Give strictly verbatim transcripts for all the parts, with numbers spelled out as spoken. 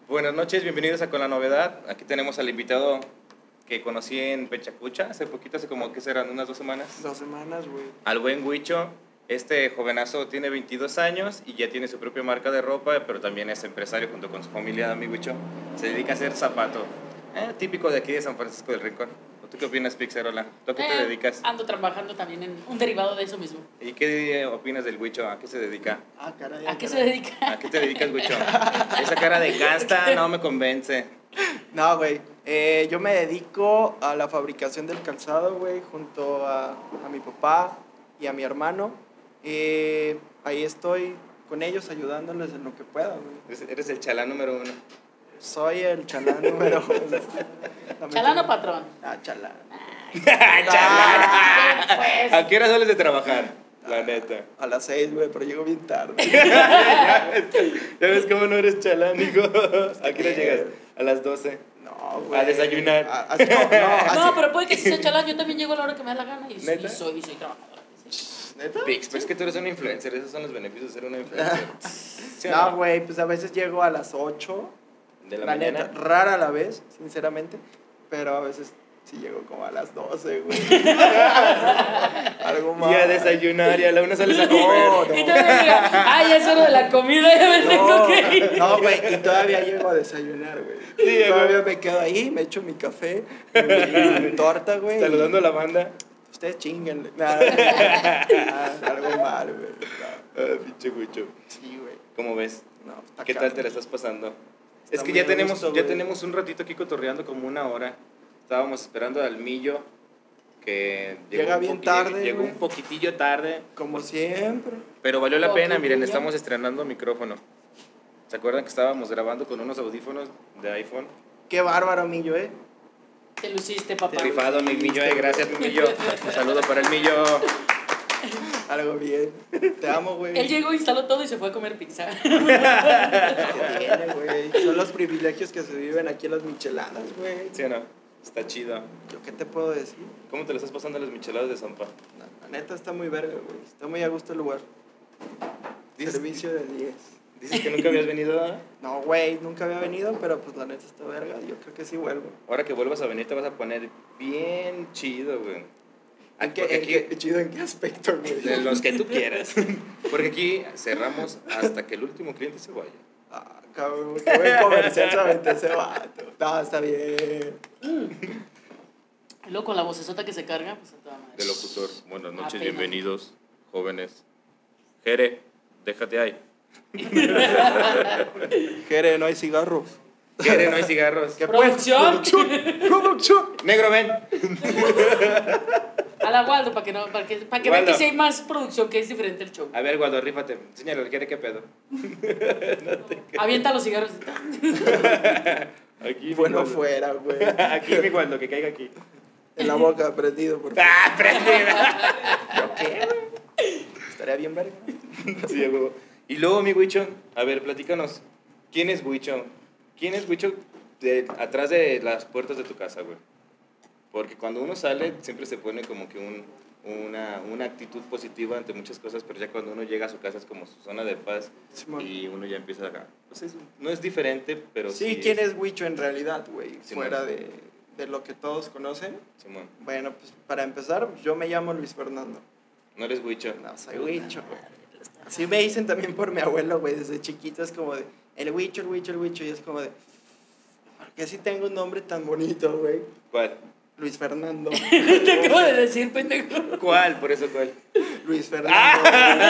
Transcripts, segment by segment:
Buenas noches, bienvenidos a Con la Novedad. Aquí tenemos al invitado que conocí en Pechacucha hace poquito, hace como que serán unas dos semanas. Dos semanas, güey. Al buen Huicho. Este jovenazo tiene veintidós años y ya tiene su propia marca de ropa, pero también es empresario junto con su familia, mi Huicho. Se dedica a hacer zapato, eh, típico de aquí de San Francisco del Rincón. ¿Tú qué opinas, Pixarola? ¿Tú a qué eh, te dedicas? Ando trabajando también en un derivado de eso mismo. ¿Y qué opinas del Huicho? ¿A qué se dedica? Ah, caray. ¿A qué caray. se dedica? ¿A qué te dedicas, Huicho? Esa cara de gasta no me convence. No, güey. Eh, yo me dedico a la fabricación del calzado, güey, junto a, a mi papá y a mi hermano. Eh, ahí estoy con ellos ayudándoles en lo que pueda, güey. Eres, eres el chalán número uno. Soy el chalán número uno. ¿Chalán o patrón? Ah, chalán. ¡Chalán! Pues, ¿A qué hora sales de trabajar? La neta. A las seis, güey, pero llego bien tarde. ya ves cómo no eres chalán, hijo. ¿A qué hora llegas? A las doce. No, güey. A desayunar. A- así como- no, así- no, pero puede que si sea chalán, yo también llego a la hora que me da la gana y, y ¿Neta? soy, y soy trabajador. Sí. ¿Neta? Pix, pero es que tú eres una influencer. Esos son los beneficios de ser una influencer. ¿Sí o No, güey, pues a veces llego a las ocho. De la, La mañana. neta, rara a la vez, sinceramente, pero a veces sí llego como a las doce, güey. Algo más. Y a desayunar y a la una sales a No, comer. no. Y todavía diga, ay, ya es hora de la comida, ya me tengo No, que ir. no, güey, y todavía llego a desayunar, güey. Sí, Todavía güey. me quedo ahí, me echo mi café, mi, mi torta, güey. Saludando a la banda. Ustedes chinguenle. Nada, nada, algo mal, güey. No. Ah, pinche Huicho. Sí, güey. ¿Cómo ves? No, está ¿Qué tal cabrón. te la estás pasando? Está Es que muy ya a tenemos, gusto, ya güey. tenemos un ratito aquí cotorreando, como una hora. Estábamos esperando al Millo, que llegó, Llega un, bien poqui- tarde, llegó güey. un poquitillo tarde, Como siempre. pero valió la pena. Miren, Poquitillo. estamos estrenando micrófono. ¿Se acuerdan que estábamos grabando con unos audífonos de iPhone? Qué bárbaro, Millo, ¿eh? Te luciste, papá. Te Rifado, mi Millo, eh, gracias, mi Millo. Un saludo para el Millo. Algo bien. Te amo, güey. Él llegó, instaló todo y se fue a comer pizza. ¿Qué tiene, güey? Son los privilegios que se viven aquí en las micheladas, güey. ¿Sí o no? Está chido. ¿Yo qué te puedo decir? ¿Cómo te lo estás pasando en las micheladas de Zampa? La, la neta está muy verga, güey. Está muy a gusto el lugar. Dices- Servicio de diez. Dices que nunca habías venido, ¿ah? No, güey, nunca había venido, pero pues la neta está verga. Yo creo que sí vuelvo. Ahora que vuelvas a venir te vas a poner bien chido, güey. ¿En qué, Porque en aquí, qué- chido, ¿en qué aspecto, güey? de los que tú quieras. Porque aquí cerramos hasta que el último cliente se vaya. Ah, cabrón, qué buen comercial se aventó ese vato. No, está bien. Y luego con la vocesota que se carga, pues a toda madre. De locutor. Buenas noches, Apenas. bienvenidos, jóvenes. Jere, déjate ahí. Jere, no hay cigarros. Jere, no hay cigarros. ¿Qué ¿Producción? pues? Producción. Negro, ven. A la Waldo, para que, no, para que, para que vean Waldo. que sí hay más producción, que es diferente el show. A ver, Gualdo, rífate. Enséñale al Jere qué pedo. Avienta los cigarros. Aquí, mi Bueno, Gualdo. fuera, güey. Aquí, mi Gualdo, que caiga aquí. En la boca, prendido, por favor. ¡Ah, prendida! ¿Yo qué, güey? Estaría bien verga. Sí, a huevo. Y luego, mi Huicho, a ver, platícanos. ¿Quién es Huicho? ¿Quién es Huicho de, atrás de las puertas de tu casa, güey? Porque cuando uno sale, siempre se pone como que un, una, una actitud positiva ante muchas cosas, pero ya cuando uno llega a su casa es como su zona de paz Simón. y uno ya empieza a... Pues es- no es diferente, pero sí. Sí, ¿quién es Huicho en realidad, güey? Simón. Fuera de, de lo que todos conocen. Simón, Bueno, pues para empezar, yo me llamo Luis Fernando. no eres Huicho. No, soy Huicho, güey. Así me dicen también por mi abuelo, güey, desde chiquito es como de, el Huicho, el Huicho, el Huicho, y es como de, ¿por qué si tengo un nombre tan bonito, güey? ¿Cuál? Luis Fernando. Te acabo de decir, pendejo. ¿Cuál? Por eso, ¿cuál? Luis Fernando.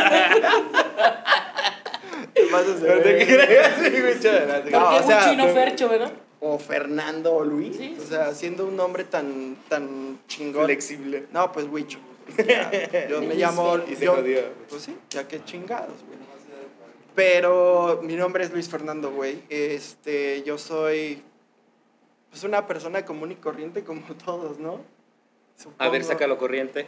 ¿Qué pasa, ese No te güey? creas, sí, Huicho. No te No, Porque o sea, Gucci no pero- Fercho, ¿verdad? O Fernando o Luis. Sí, o sí, sea, siendo un nombre tan, tan chingón. Flexible. No, pues Huicho. Ya, yo me Luis llamo. Y se yo- jodió. Pues sí, ya que chingados, güey. Pero mi nombre es Luis Fernando, güey. Este, yo soy pues una persona común y corriente como todos, ¿no? A ver, Supongo. sácalo corriente.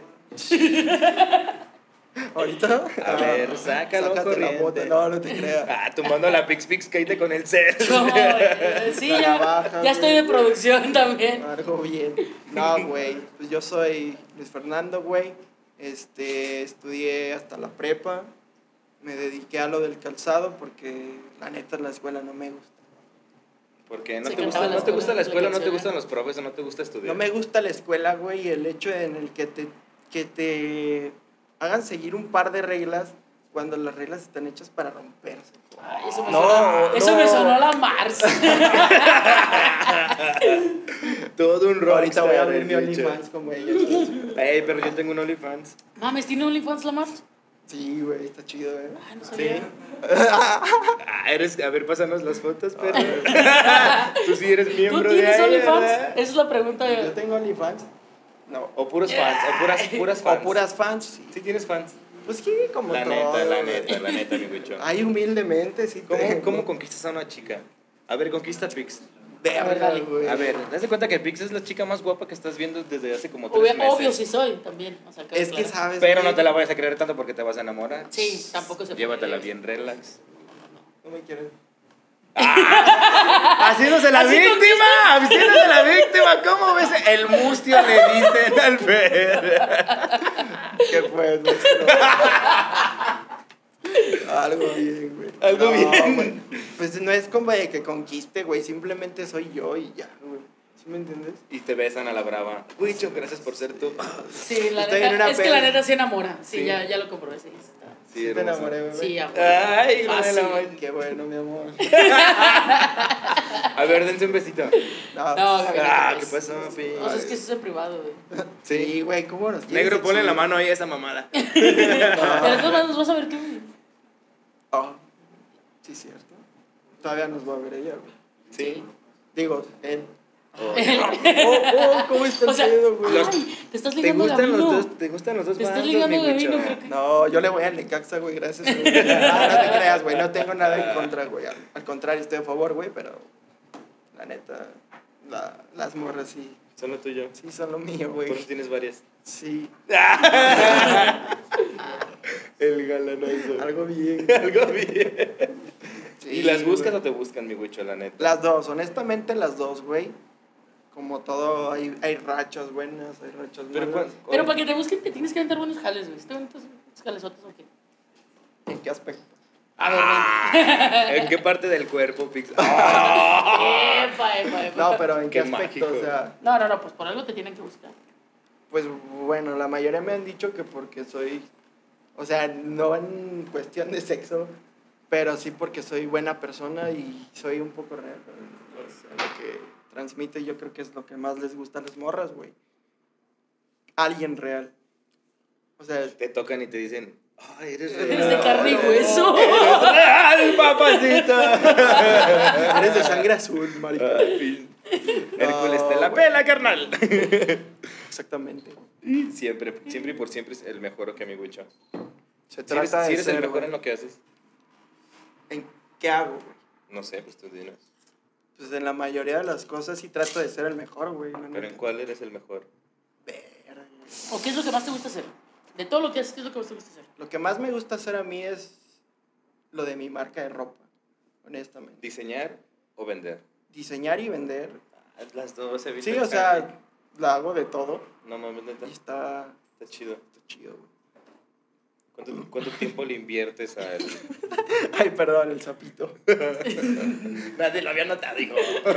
¿Ahorita? A ver, sácalo sácate corriente. la bota. No, no te creas. Ah, tumbando la Pix Pix, caíte con el set. No, eh, sí, La ya, navaja, ya estoy de güey. producción también. Algo bien. No, güey. Pues yo soy Luis Fernando, güey. Este, estudié hasta la prepa. Me dediqué a lo del calzado porque la neta la escuela no me gusta. Porque no Se te gusta, cantaba en la no te gusta la escuela, escuela, no te canción. gustan los profes, o no te gusta estudiar. No me gusta la escuela, güey, y el hecho en el que te, que te hagan seguir un par de reglas cuando las reglas están hechas para romperse. Ay, eso me No, sonó, eso no. me sonó a la Mars. Todo un rockstar. Ahorita voy a abrir el mi bicho. OnlyFans como ellos. Ey, pero yo tengo un OnlyFans. Mames, ¿tiene OnlyFans la Mars? Sí, güey, está chido, güey. Ay, no Sí. sabía. Ah, eres, a ver, pásanos las fotos, pero. Tú sí eres ¿Tú miembro de tienes ahí, OnlyFans? ¿verdad? Esa es la pregunta. Yo tengo OnlyFans. No. O puros fans, o puras, puras O fans. puras fans, sí. Sí tienes fans. Pues sí, como La todo. neta, la güey. neta, la neta, mi bicho. Ay, humildemente, sí. ¿Cómo, tengo. ¿Cómo conquistas a una chica? A ver, conquista a Pix. A ver, Verga, dale. güey. A ver, ¿te das cuenta que Pix es la chica más guapa que estás viendo desde hace como tres Obvio, meses? obvio sí soy también. O sea, Es que claro. sabes. Pero güey, no te la vayas a creer tanto porque te vas a enamorar. Sí, tampoco se puede. Llévatela bien relax. No me quieres. Haciéndose la ¿Así víctima, haciéndose la víctima. ¿Cómo ves? El mustio le dicen al Fer. ¿Qué fue, nuestro? Algo bien, güey. Algo No, bien. güey. Pues no es como de que conquiste, güey. Simplemente soy yo y ya, güey. ¿Sí me entiendes? Y te besan a la brava. Wicho, gracias por ser tú. Sí, la Estoy en neta, una es que peda. la neta se enamora. Sí, Sí. Ya, ya lo comprobé. Sí, está. Sí, Sí, te hermosa. enamoré, güey. Sí, amor. Ay, no me Fácil. la voy- Qué bueno, mi amor. A ver, dense un besito. No, No, Gaby, Ah, no ¿qué te pasó, pases. Pi? O sea, es que eso es en privado, güey. sí, güey, ¿cómo nos quieres Negro, ponle la exhibir? mano ahí a esa mamada. Pero de todas maneras nos vas a ver tú. güey. Ah, sí, cierto. Todavía nos va a ver ella, güey. Sí. Digo, él. Oh. Oh, oh, ¿cómo está el O sea, pedo, güey? Los- ay, te estás ¿Te ligando a gustan, los Gabino. dos, ¿Te gustan los dos Te estás bandos, ligando mi a Gabino, Wicho? creo que. No, yo le voy al Necaxa, güey, gracias. Güey. No, no te creas, güey, no tengo nada en contra, güey. Al, al contrario, estoy a favor, güey, pero la neta, la, las morras sí, Son lo tuyo. sí son lo mío, Por eso güey. tienes varias. Sí, El galanazo. algo bien. Algo bien. Sí, ¿Y las buscas güey. o te buscan, mi Wicho, la neta? Las dos, honestamente las dos, güey. Como todo, hay, hay rachas buenas, hay rachas Pero, malas. ¿cuál- Pero para que te busquen te tienes que aventar buenos jales, güey. ¿Te aventas unos jalesotes o qué? ¿En qué aspecto? A ver, ven. Ah, ¿en qué parte del cuerpo, Pix? Ah. Epa, epa, epa. No, pero ¿en qué, Qué aspecto? mágico. O sea, No, no, no, pues por algo te tienen que buscar. pues bueno, la mayoría me han dicho que porque soy, o sea, no en cuestión de sexo, pero sí porque soy buena persona y soy un poco real. O sea, lo que transmite yo creo que es lo que más les gusta a las morras, güey. Alguien real. O sea, Te tocan y te dicen, ay, eres real. Eres de carne y hueso. Eres real, papacita. eres de sangre azul, marica. Ay, Pix. Hércules te la güey. pela, carnal. Exactamente. Siempre, siempre y por siempre es el mejor que mi Wicho. Se Si eres, trata si de eres ser, el mejor güey. en lo que haces, ¿En qué hago, güey? no sé, pues tú dinos. Pues en la mayoría de las cosas sí trato de ser el mejor, güey. la Pero neta. ¿en cuál eres el mejor? Verga. ¿O qué es lo que más te gusta hacer? De todo lo que haces, ¿qué es lo que más te gusta hacer? Lo que más me gusta hacer a mí es lo de mi marca de ropa, honestamente. ¿Diseñar o vender? Diseñar y vender. Ah, las dos, he visto Sí, el o sea, cambio. la hago de todo No mames, neta, y está, está chido. está chido, güey. ¿Cuánto, ¿Cuánto tiempo le inviertes a él? Ay, perdón, el sapito. Nadie lo había notado, hijo.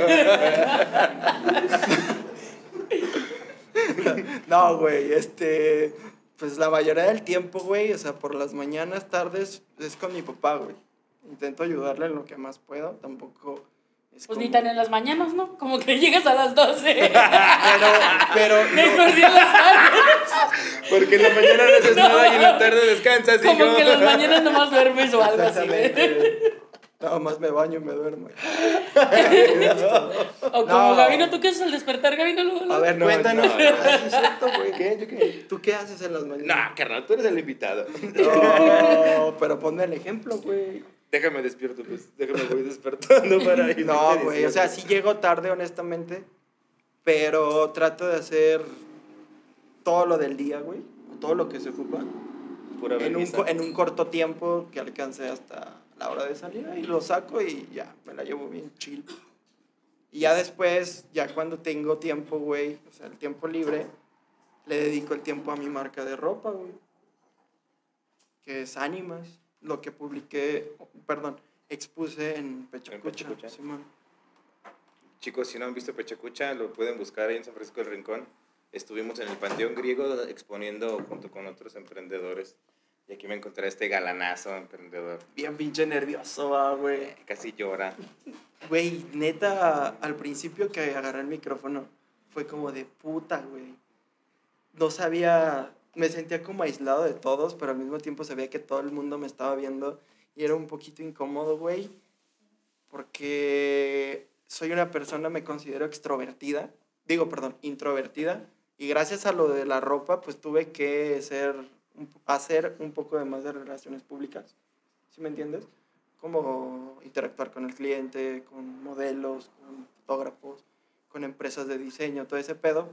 No, güey, este, pues la mayoría del tiempo, güey, o sea, por las mañanas, tardes, es con mi papá, güey. Intento ayudarle en lo que más puedo, tampoco es Pues como- ni tan en las mañanas, ¿no? Como que llegas a las doce. Pero, pero, Mejor no, di en las tardes. Porque en la mañana no haces No. nada y en la tarde descansas, hijo. Como que en las mañanas nomás duermes o algo así, güey. exactamente. Nada más me baño y me duermo. O como No. Gabino, ¿tú qué haces al despertar, Gabino? Luego, luego? A ver, No, cuéntanos. no. Ah, sí es cierto, güey. ¿Qué? ¿Yo qué? ¿Tú qué haces en las mañanas? No, carnal, tú eres el invitado. No, pero ponme el ejemplo, güey. Déjame despierto, pues. Déjame voy despertando para ir. No, güey, o sea, sí llego tarde, honestamente, pero trato de hacer todo lo del día, güey, todo lo que se ocupa, Pura en un, vergüenza. co- en un corto tiempo que alcance hasta la hora de salida y lo saco y ya, me la llevo bien chill. Y ya después, ya cuando tengo tiempo, güey, o sea, el tiempo libre, le dedico el tiempo a mi marca de ropa, güey, que es Ánimas, lo que publiqué, perdón, expuse en Pecho En Cucha, Pecho Cucha. Simón. chicos, si no han visto Pechacucha, lo pueden buscar ahí en San Francisco del Rincón. Estuvimos en el Panteón Griego exponiendo junto con otros emprendedores. Y aquí me encontré a este galanazo emprendedor. Bien pinche nervioso, va, güey. Eh, Casi llora. Güey, neta, al principio que agarré el micrófono, fue como de puta, güey. No sabía, me sentía como aislado de todos, pero al mismo tiempo sabía que todo el mundo me estaba viendo y era un poquito incómodo, güey, porque soy una persona, me considero extrovertida, digo, perdón, introvertida, y gracias a lo de la ropa, pues tuve que ser, hacer un poco de más de relaciones públicas, ¿sí me entiendes? Como interactuar con el cliente, con modelos, con fotógrafos, con empresas de diseño, todo ese pedo.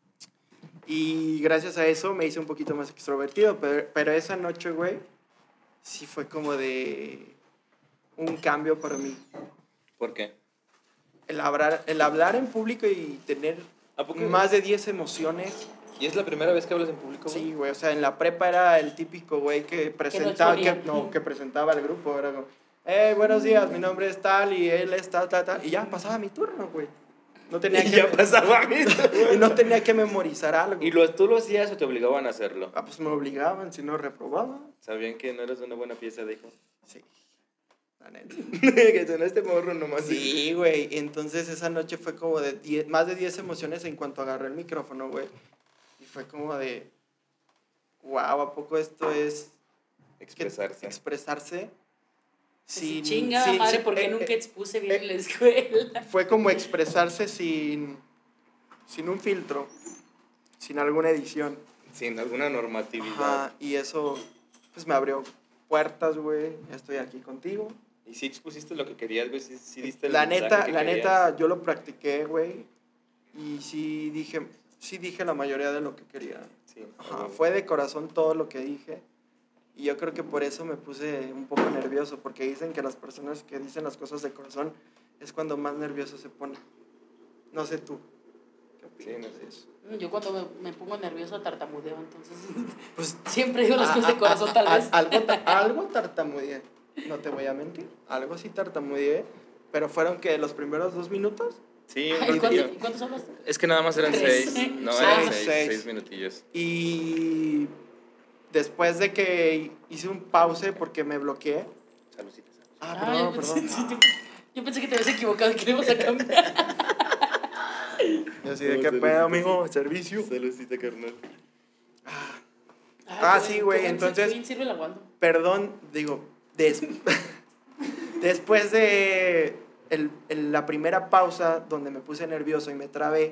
Y gracias a eso me hice un poquito más extrovertido, pero, pero esa noche, güey, sí fue como de un cambio para mí. ¿Por qué? El hablar, el hablar en público y tener ¿A poco? más de diez emociones. ¿Y es la primera vez que hablas en público, güey? Sí, güey, o sea, en la prepa era el típico güey que presentaba, que, exponía. no, que presentaba al grupo, era como, hey, buenos días, mi nombre es tal y él es tal, tal, tal, y ya pasaba mi turno, güey. No tenía Y que ya pasaba a mí. y no tenía que memorizar algo. ¿Y lo, tú lo hacías o te obligaban a hacerlo? Ah, pues me obligaban, si no reprobaba. ¿Sabían que no eres una buena pieza de hijo? Sí, la neta. Que son este morro nomás. Sí, güey, entonces esa noche fue como de diez, más de diez emociones en cuanto agarré el micrófono, güey. Y fue como de, wow, ¿a poco esto es Expresarse. que- expresarse? Sí, Sin, chinga, sin- madre, sin- ¿por qué eh, nunca eh, expuse bien eh, en la escuela? Fue como expresarse sin, sin un filtro, sin alguna edición. Sin alguna normatividad. Ajá, y eso pues me abrió puertas, güey. Ya estoy aquí contigo. Y sí expusiste lo que querías, güey. Sí, sí diste el La mensaje neta, que la querías. neta, yo lo practiqué, güey. Y sí dije, sí dije la mayoría de lo que quería. Sí. Ajá, güey. fue de corazón todo lo que dije. Y yo creo que por eso me puse un poco nervioso, porque dicen que las personas que dicen las cosas de corazón es cuando más nervioso se pone. No sé tú. ¿Qué Sí, opinas no sé. de eso? Yo cuando me, me pongo nervioso tartamudeo, entonces Pues siempre digo las a- cosas de a- corazón a- tal a- vez. Algo, ta- algo tartamudeé, no te voy a mentir. Algo sí tartamudeé, pero fueron que los primeros dos minutos. Sí, Ay, un ¿y, cuánto- ratillo. y cuántos hablas? Es que nada más eran Tres. seis. No, Seis, eran seis, seis. seis minutillos. Y después de que hice un pause porque me bloqueé. Saluditas. saluditas. Ah, Ah, perdón, yo, pensé, perdón. yo, yo pensé que te habías equivocado y que le ibas a cambiar. Yo así de No, qué saluditos. pedo, amigo, servicio. Saludcita, carnal. Ah, qué sí, buen- güey, qué buen- entonces- qué bien sirve el aguando. Perdón, digo, des- después de el- el- la primera pausa donde me puse nervioso y me trabé,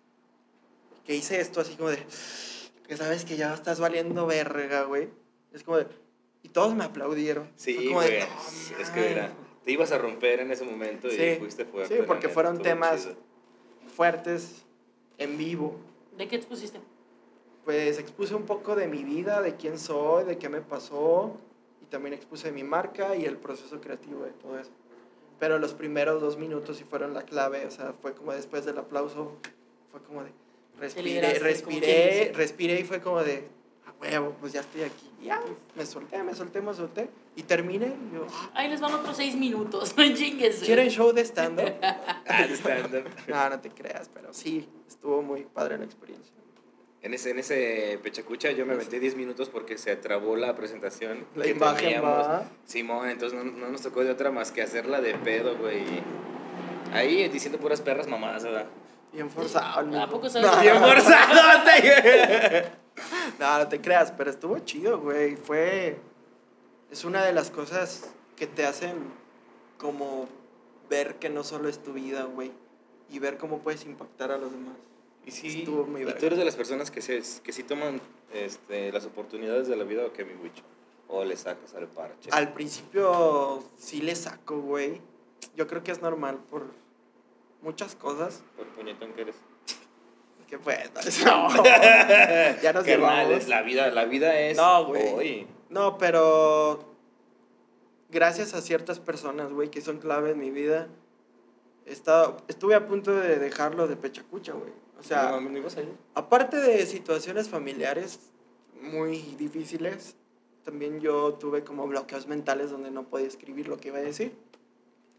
que hice esto así como de, que sabes que ya estás valiendo verga, güey. Es como de, y todos me aplaudieron. Fue Sí, como de, güey. "No, Es que mira, te ibas a romper en ese momento Sí, y fuiste fuerte. sí, la porque neta, fueron estuvo temas chido. fuertes, en vivo. ¿De qué expusiste? Pues expuse un poco de mi vida, de quién soy, de qué me pasó, y también expuse mi marca y el proceso creativo de todo eso. Pero los primeros dos minutos sí fueron la clave, o sea, fue como después del aplauso, fue como de, respiré, liberaste, como quien respiré, dice. respiré y fue como de, a huevo, pues ya estoy aquí. Y ya, me solté, me solté, me solté, y terminé, y yo, Ahí les van otros seis minutos, no chingues. ¿quieren show de stand-up? Ah, de stand-up. No, no te creas, pero sí, estuvo muy padre la experiencia. En ese, en ese Pechacucha yo me aventé diez minutos porque se trabó la presentación. La que imagen, teníamos. va. Simón, entonces no, no nos tocó de otra más que hacerla de pedo, güey. Ahí diciendo puras perras mamadas, ¿verdad? Bien forzado. el mijo. ¿A poco sabes? No, Bien forzado, te... no, no te creas, pero estuvo chido, güey. Fue. Es una de las cosas que te hacen como ver que no solo es tu vida, güey. Y ver cómo puedes impactar a los demás. Y sí, Estuvo muy y verga. tú eres de las personas que, se, que sí toman este, las oportunidades de la vida o que mi Wicho. O le sacas al parche. Al principio sí le saco, güey. Yo creo que es normal por muchas cosas. Por puñetón que eres. Que pues, no. Ya nos Carnal, llevamos. es la vida, la vida es No, güey. hoy. No, pero gracias a ciertas personas, güey, que son clave en mi vida, he estado- estuve a punto de dejarlo de Pechacucha, güey. O sea, No, mami, ¿no ibas a ir? aparte de situaciones familiares muy difíciles, también yo tuve como bloqueos mentales donde no podía escribir lo que iba a decir.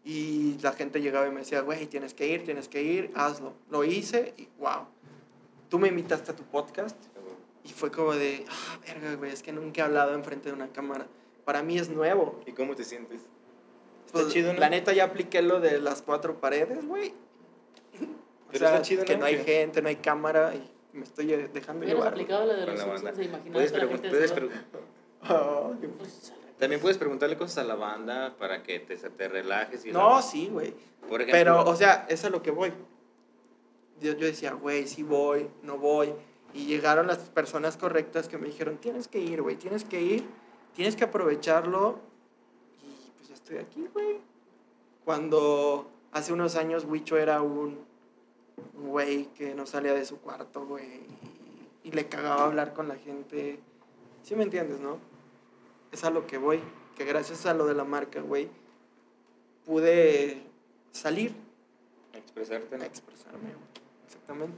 Y la gente llegaba y me decía, güey, tienes que ir, tienes que ir, hazlo. Lo hice y wow. Tú me invitaste a tu podcast y fue como de, ah, verga, güey, es que nunca he hablado enfrente de una cámara. Para mí es nuevo. ¿Y cómo te sientes? Pues, Está chido, ¿no? La neta ya apliqué lo de las cuatro paredes, güey. O Pero sea, está chido, que ¿no? no hay Que- gente, no hay cámara y me estoy eh, dejando Hubieras llevar. aplicado la de Con los la banda. Simpsons, se imaginaba Puedes que la pregun- gente puedes estaba- pregun- Oh, qué- Pues, También puedes preguntarle cosas a la banda para que te, te relajes. Y No, la- sí, güey. Por ejemplo, Pero, o sea, eso es a lo que voy. Yo, yo decía, güey, sí voy, no voy. Y llegaron las personas correctas que me dijeron, tienes que ir, güey, tienes que ir, tienes que aprovecharlo. Y pues ya estoy aquí, güey. Cuando hace unos años Huicho era un un güey que no salía de su cuarto, güey. Y, y le cagaba hablar con la gente. ¿Sí me entiendes, no? Es a lo que voy. Que gracias a lo de la marca, güey, pude salir expresarte, ¿no? a expresarme, güey. Exactamente.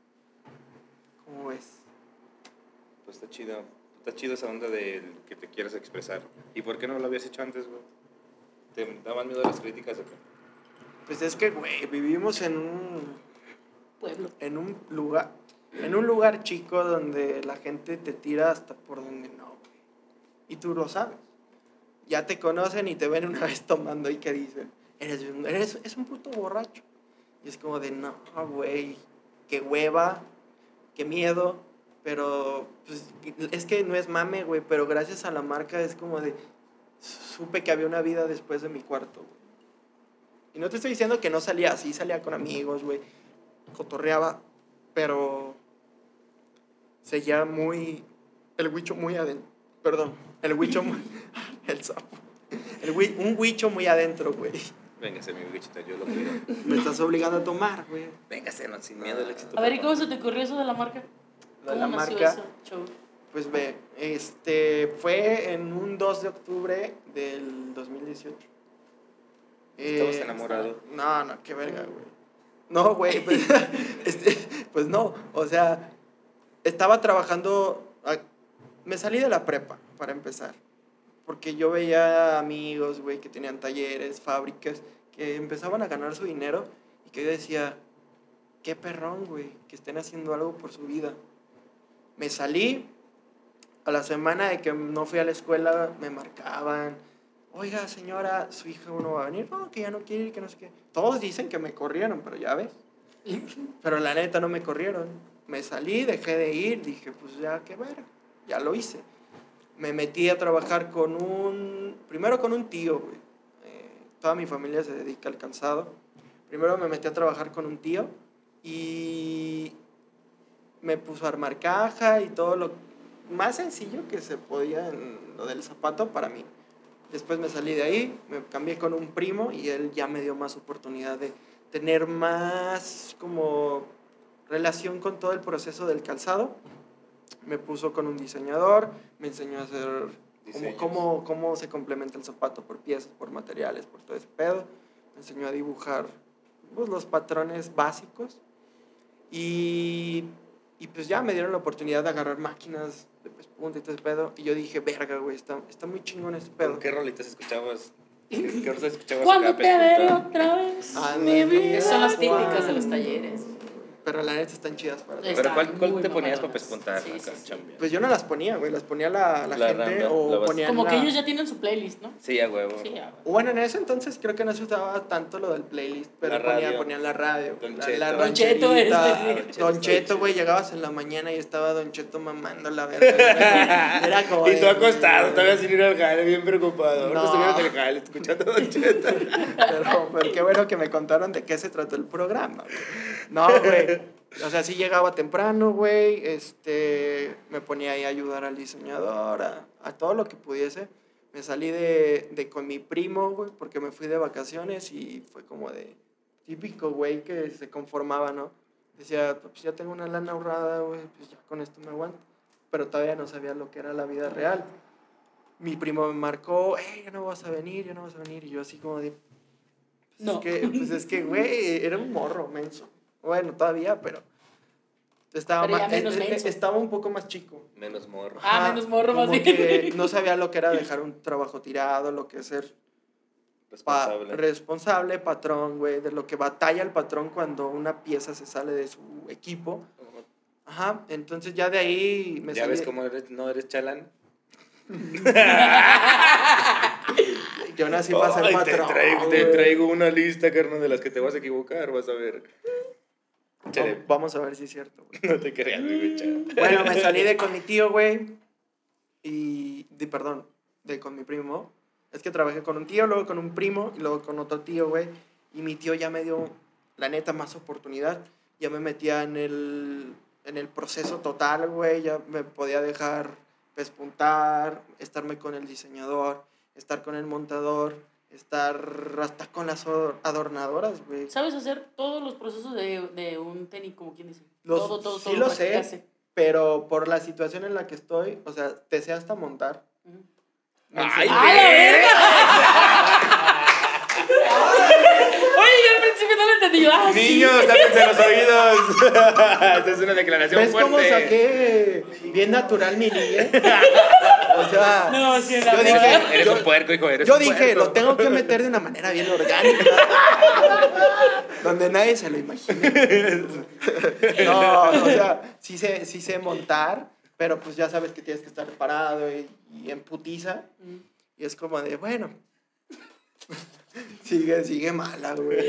¿Cómo ves? Pues está chido. Está chido esa onda de que te quieras expresar. ¿Y por qué no lo habías hecho antes, güey? ¿Te daban miedo las críticas o qué? Pues es que, güey, vivimos en un, pueblo. en un lugar, en un lugar chico donde la gente te tira hasta por donde no, güey. Y tú lo sabes. Ya te conocen y te ven una vez tomando y que dicen, eres, un- eres es un puto borracho. Y es como de, no, güey, qué hueva, qué miedo. Pero, pues, es que no es mame, güey, pero gracias a la marca es como de, supe que había una vida después de mi cuarto, güey. Y no te estoy diciendo que no salía así, salía con amigos, güey, cotorreaba, pero seguía muy, el huicho muy adentro, perdón, el huicho muy, el sapo, el hui- un huicho muy adentro, güey. Véngase, mi bichita, yo lo cuido. Me estás obligando a tomar, güey. Véngase, no, sin miedo al éxito. A ver, ¿y papá. cómo se te ocurrió eso de la marca? Lo de ¿Cómo la nació marca, ese show? pues ve, este, fue en un dos de octubre del dos mil dieciocho. ¿Estabas Eh, enamorado? No, no, qué verga, güey. No, güey, pues, este, pues no, o sea, estaba trabajando, a- me salí de la prepa, para empezar, porque yo veía amigos, güey, que tenían talleres, fábricas, que empezaban a ganar su dinero y que yo decía, qué perrón, güey, que estén haciendo algo por su vida. Me salí, a la semana de que no fui a la escuela, me marcaban, oiga, señora, su hija no va a venir, no, que ya no quiere ir, que no sé qué. Todos dicen que me corrieron, pero ya ves. Pero la neta no me corrieron. Me salí, dejé de ir, dije, pues ya, qué ver, ya lo hice. Me metí a trabajar con un, primero con un tío, güey. Eh, toda mi familia se dedica al calzado. Primero me metí a trabajar con un tío y me puso a armar caja y todo lo más sencillo que se podía en lo del zapato para mí. Después me salí de ahí, me cambié con un primo y él ya me dio más oportunidad de tener más como relación con todo el proceso del calzado. Me puso con un diseñador, me enseñó a hacer cómo, Diseños. cómo, cómo se complementa el zapato por piezas, por materiales, por todo ese pedo. Me enseñó a dibujar pues, los patrones básicos. Y, y pues ya me dieron la oportunidad de agarrar máquinas de pespunta y todo ese pedo. Y yo dije, verga, güey, está, está muy chingón este pedo. ¿Qué rolitas escuchabas? ¿Qué qué rolitas escuchabas ¿Cuándo acá, te veré pespunta? otra vez? Ah, mi no, vida. no. Son las típicas de los talleres. Pero la neta están chidas para Está ¿Pero cuál, cuál muy te ponías para mamalonas. pespuntar Sí, acá, sí, sí. chambear? Pues yo no las ponía, güey, las ponía la, la, La gente randa, la o base. ponían Como la... que ellos ya tienen su playlist, ¿no? Sí, a huevo. Sí, ya. Bueno, en ese entonces creo que no se usaba tanto lo del playlist, pero La radio. ponía, ponían la radio, Don la, Cheto. la Don Cheto rancherita. este, sí. Don Cheto Don está Cheto, chido. güey, llegabas en la mañana y estaba Don Cheto mamando la verga. Era, era como Y tú de- acostado, todavía sin ir al jale, bien preocupado. Ahorita No. estuvieron en el jale, escuchando a Don Cheto. Pero, pero qué bueno que me contaron de qué se trató el programa, güey. No, güey. O sea, sí llegaba temprano, güey. Este, me ponía ahí a ayudar al diseñador, a, a todo lo que pudiese. Me salí de, de con mi primo, güey, porque me fui de vacaciones y fue como de típico, güey, que se conformaba, ¿no? Decía, pues ya tengo una lana ahorrada, güey, pues ya con esto me aguanto. Pero todavía no sabía lo que era la vida real. Mi primo me marcó, hey, ya no vas a venir, ya no vas a venir. Y yo así como de, pues, No. es que, pues es que, güey, era un morro menso. Bueno, todavía, pero estaba, Pero ya más, menos eh, eh, menso. estaba un poco más chico. Menos morro. Ah, Ajá, menos morro, más como bien. que no sabía lo que era dejar un trabajo tirado, lo que es ser Pa- Responsable. responsable, patrón, güey, de lo que batalla el patrón cuando una pieza se sale de su equipo. Ajá, entonces ya de ahí me ¿Ya salí. ves cómo eres, no eres chalán? Yo nací para ser Ay, patrón. te, traigo, te güey. traigo una lista, carnal, de las que te vas a equivocar, vas a ver. Chale, Va- Vamos a ver si es cierto, güey. no te creas, güey, chale. Bueno, me salí de con mi tío, güey. Y. De, perdón, de con mi primo. Es que trabajé con un tío, luego con un primo y luego con otro tío, güey. Y mi tío ya me dio, la neta, más oportunidad. Ya me metía en el, en el proceso total, güey. Ya me podía dejar pespuntar, estarme con el diseñador, estar con el montador, estar hasta con las ador- adornadoras, güey. ¿Sabes hacer todos los procesos de, de un tenis, como quien dice? Los- todo, todo, sí todo. lo para que sé. case. Pero por la situación en la que estoy, o sea, te sé hasta montar. Ujú. Me ¡Ay, enseñó- ¡A la verga! Oye, yo al principio no lo entendí. Yo, ah, sí. Niños, tápense los oídos. Esta es una declaración ¿Ves fuerte. cómo saqué bien natural mi ligue? O sea, No, sí, yo la dije, verdad. Eres yo, un puerco, hijo, eres yo un dije, puerco. lo tengo que meter de una manera bien orgánica. Donde nadie se lo imagine. No, o sea, sí sé, sí sé montar, pero pues ya sabes que tienes que estar parado y, y en putiza. Mm. Y es como de, bueno, sigue, sigue mala, güey.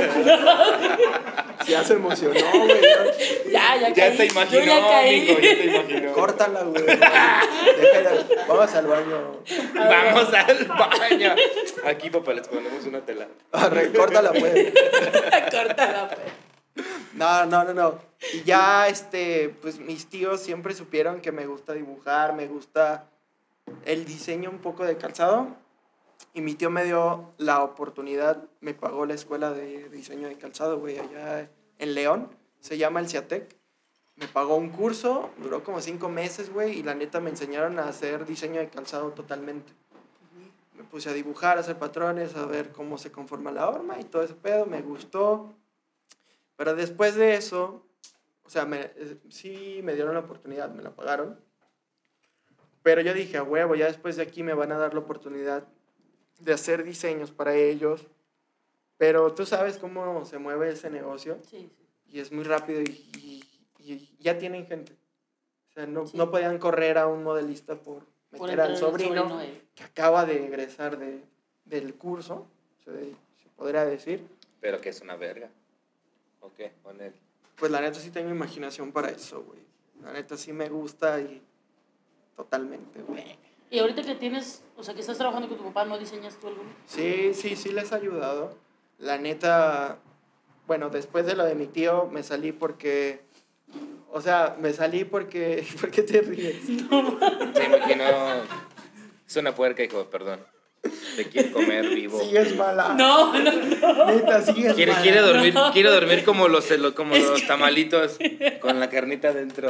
Ya se emocionó, güey. Ya, ya, Ya caí. te Yo imaginó, ya caí. amigo, ya te imaginó. Córtala, güey. Déjala. Vamos al baño. Vamos al baño. Aquí, papá, les ponemos una tela. Arre, córtala, pues. Córtala, pues. No, no, no, no. Y ya, este, pues mis tíos siempre supieron que me gusta dibujar, me gusta el diseño un poco de calzado. Y mi tío me dio la oportunidad, me pagó la escuela de diseño de calzado, güey, allá en León. Se llama el CIATEC. Me pagó un curso, duró como cinco meses, güey, y la neta me enseñaron a hacer diseño de calzado totalmente. Me puse a dibujar, a hacer patrones, a ver cómo se conforma la horma y todo ese pedo, me gustó. Pero después de eso, o sea, me, eh, sí me dieron la oportunidad, me la pagaron. Pero yo dije, a huevo, ya después de aquí me van a dar la oportunidad de hacer diseños para ellos. Pero tú sabes cómo se mueve ese negocio Sí, sí. y es muy rápido y, y- y ya tienen gente. O sea, no, Sí. no podían correr a un modelista por meter Por entrar al el sobrino, sobrino, eh. que acaba de egresar de, del curso, se, se podría decir. Pero que es una verga. ¿O qué? Con él. Pues la neta sí tengo imaginación para eso, güey. La neta sí me gusta y totalmente, güey. Y ahorita que tienes, o sea, que estás trabajando con tu papá, ¿no diseñas tú alguno? Sí, sí, sí les ha ayudado. La neta, bueno, después de lo de mi tío me salí porque, o sea, me salí porque, ¿por qué te ríes? Se imaginó. Es una puerca, hijo, perdón. Te quiere comer vivo. Sigues mala. No, no, no. Neta, sigues Quiere, mala. quiere dormir, No. quiere dormir como los, lo- como Es los que- tamalitos con la carnita dentro.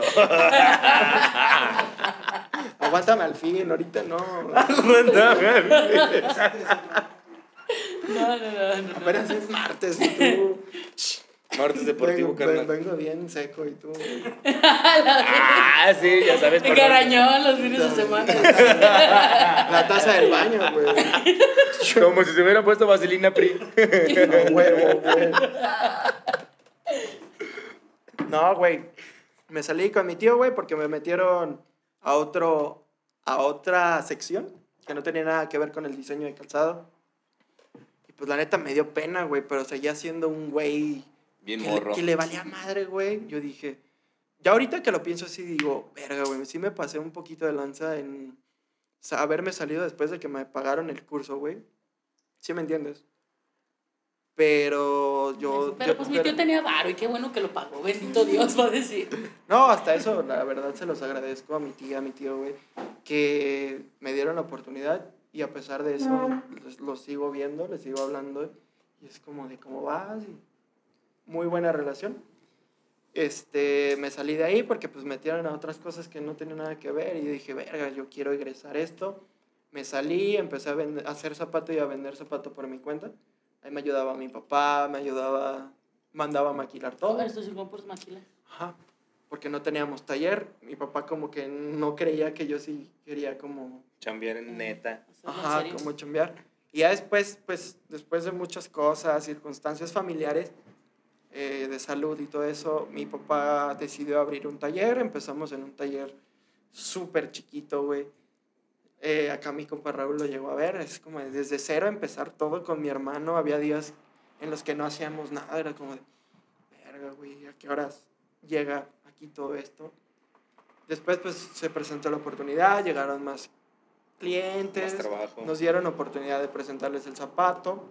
Aguántame al fin, ahorita no. No, no, no, no, no. Apenas es martes y tú. Martes deportivo, vengo, carnal. vengo bien seco y tú. Ah, sí, ya sabes. Te por dónde. garañón los fines de semana. La taza del baño, güey. Como si se hubieran puesto vaselina pri. No, huevo, güey. No, güey. Me salí con mi tío, güey, porque me metieron a otro, a otra sección que no tenía nada que ver con el diseño de calzado. Y pues la neta me dio pena, güey, pero seguía siendo un güey Bien que, morro. que le valía madre, güey. Yo dije, ya ahorita que lo pienso así, digo, verga, güey, sí me pasé un poquito de lanza en o sea, haberme salido después de que me pagaron el curso, güey. ¿Sí me entiendes? Pero yo... Pero yo- pues mi tío tenía varo y qué bueno que lo pagó. Bendito Dios, va a decir. No, hasta eso, la verdad, se los agradezco a mi tía, a mi tío, güey, que me dieron la oportunidad y a pesar de eso, los, los sigo viendo, les sigo hablando y es como de cómo vas y muy buena relación. Este, me salí de ahí porque pues metieron a otras cosas que no tenían nada que ver y dije, verga, yo quiero egresar esto. Me salí, empecé a, vender, a hacer zapato y a vender zapato por mi cuenta. Ahí me ayudaba mi papá, me ayudaba, mandaba a maquilar todo. Esto sí como por maquila. Ajá, porque no teníamos taller. Mi papá como que no creía que yo sí quería como, Chambear en neta. Hacerlo en ajá, serio. como chambear. Y ya después, pues, después de muchas cosas, circunstancias familiares, eh, de salud y todo eso, mi papá decidió abrir un taller. Empezamos en un taller súper chiquito, güey. Eh, acá mi compa Raúl lo llegó a ver. Es como desde cero empezar todo con mi hermano. Había días en los que no hacíamos nada. Era como de, verga, güey, ¿a qué horas llega aquí todo esto? Después, pues, se presentó la oportunidad. Llegaron más clientes. Más trabajo. Nos dieron oportunidad de presentarles el zapato.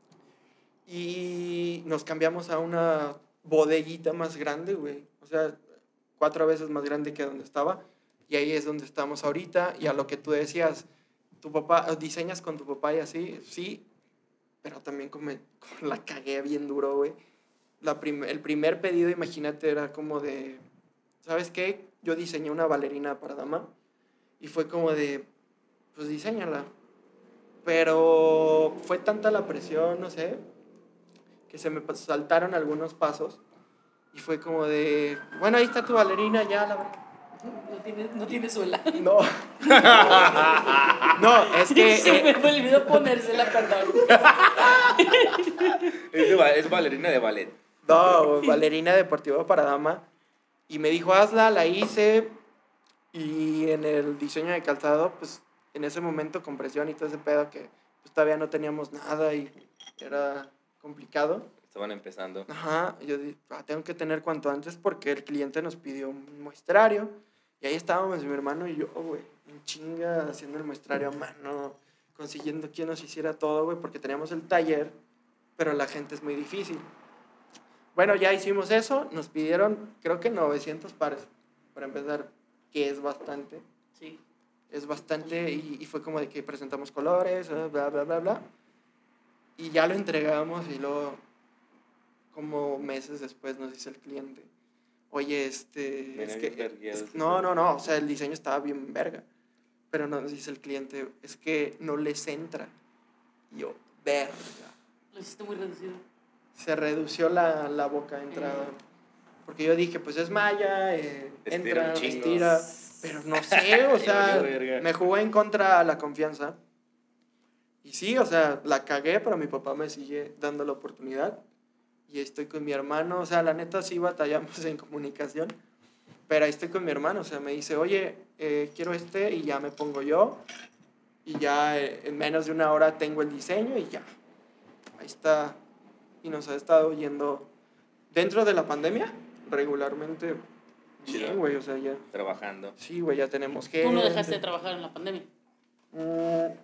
Y nos cambiamos a una bodeguita más grande, güey. O sea, cuatro veces más grande que donde estaba. Y ahí es donde estamos ahorita. Y a lo que tú decías, tu papá, diseñas con tu papá y así, sí. Pero también como, como la cagué bien duro, güey. La prim- el primer pedido, imagínate, era como de, ¿sabes qué? Yo diseñé una bailarina para dama. Y fue como de, pues diséñala. Pero fue tanta la presión, no sé, que se me saltaron algunos pasos y fue como de, bueno, ahí está tu bailarina, ya la verdad. No tiene, no tiene suela. No. No, es que... Se me eh, olvidó ponérsela, perdón. Es, de, ba- es bailarina de ballet. no, bailarina deportiva para dama. Y me dijo, hazla, la hice. Y en el diseño de calzado, pues en ese momento con presión y todo ese pedo que pues, todavía no teníamos nada y era complicado. Estaban empezando. Ajá, yo dije, ah, tengo que tener cuanto antes porque el cliente nos pidió un muestrario. Y ahí estábamos mi hermano y yo, güey, en chinga, haciendo el muestrario a mano, consiguiendo quien nos hiciera todo, güey, porque teníamos el taller, pero la gente es muy difícil. Bueno, ya hicimos eso, nos pidieron, creo que novecientos pares, para empezar, que es bastante. Sí. Es bastante, y, y fue como de que presentamos colores, bla, bla, bla, bla. Y ya lo entregamos y luego, como meses después, nos dice el cliente, oye, este... Ven es a que, mis vergueados, es- no, no, no, o sea, el diseño estaba bien verga. Pero nos dice el cliente, es que no les entra. Y yo, verga. Lo hiciste muy reducido. Se redució la, la boca de entrada. Porque yo dije, pues es malla, eh, Estira entra, un chingo. estira. Pero no sé, o sea, Valió verga. me jugó en contra a la confianza. Y sí, o sea, la cagué, pero mi papá me sigue dando la oportunidad. Y estoy con mi hermano, o sea, la neta sí batallamos en comunicación. Pero ahí estoy con mi hermano, o sea, me dice, oye, eh, quiero este, y ya me pongo yo. Y ya eh, en menos de una hora tengo el diseño y ya. Ahí está. Y nos ha estado yendo dentro de la pandemia, regularmente. Chido. Bien, güey, o sea, ya. Trabajando. Sí, güey, ya tenemos que. Tú no dejaste de trabajar en la pandemia. Mm,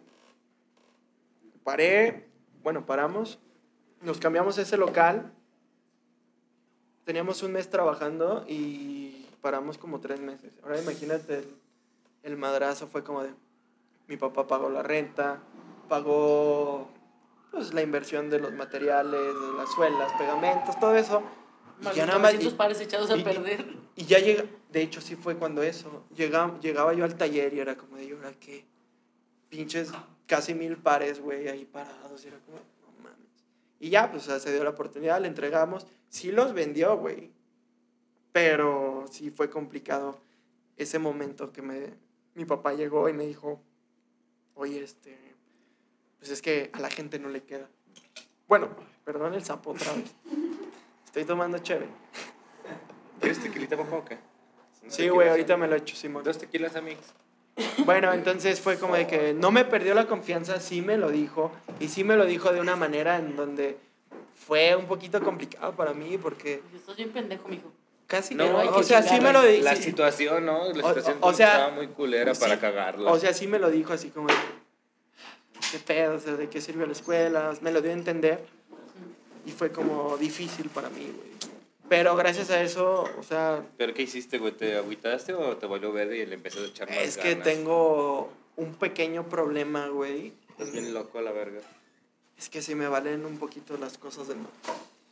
paré, bueno, paramos, nos cambiamos ese local, teníamos un mes trabajando y paramos como tres meses. Ahora imagínate, el, el madrazo fue como de, mi papá pagó la renta, pagó pues la inversión de los materiales, de las suelas, pegamentos, todo eso. Y Más ya de nada más... novecientos y- pares echados a y- perder. Y ya llega, de hecho sí fue cuando eso, llegaba, llegaba yo al taller y era como de, ¿y ahora qué? Pinches casi mil pares, güey, ahí parados, y era como, no mames. Y ya, pues o sea, se dio la oportunidad, le entregamos, sí los vendió, güey, pero sí fue complicado ese momento que me, mi papá llegó y me dijo, oye, este, pues es que a la gente no le queda. Bueno, perdón el sapo otra vez, estoy tomando chévere. ¿Quieres tequilita, papá, o qué? Sí, güey, ahorita me lo echo, Simón. Dos tequilas, amigos. Bueno, entonces fue como de que no me perdió la confianza, sí me lo dijo, y sí me lo dijo de una manera en donde fue un poquito complicado para mí, porque Estás bien pendejo, mijo. casi No, no, hay o que sea, sí chingarle. me lo dijo. La situación, ¿no? La O- situación o- o sea, estaba muy culera para sí, cagarla. O sea, sí me lo dijo así como de, ¿qué pedo? O sea, ¿de qué sirvió la escuela? Me lo dio a entender, y fue como difícil para mí, güey. Pero gracias a eso, o sea, ¿Pero qué hiciste, güey? ¿Te agüitaste o te volvió verde y le empezó a echar más es que ganas? tengo un pequeño problema, güey. Estás bien loco a la verga. Es que sí me valen un poquito las cosas del mar.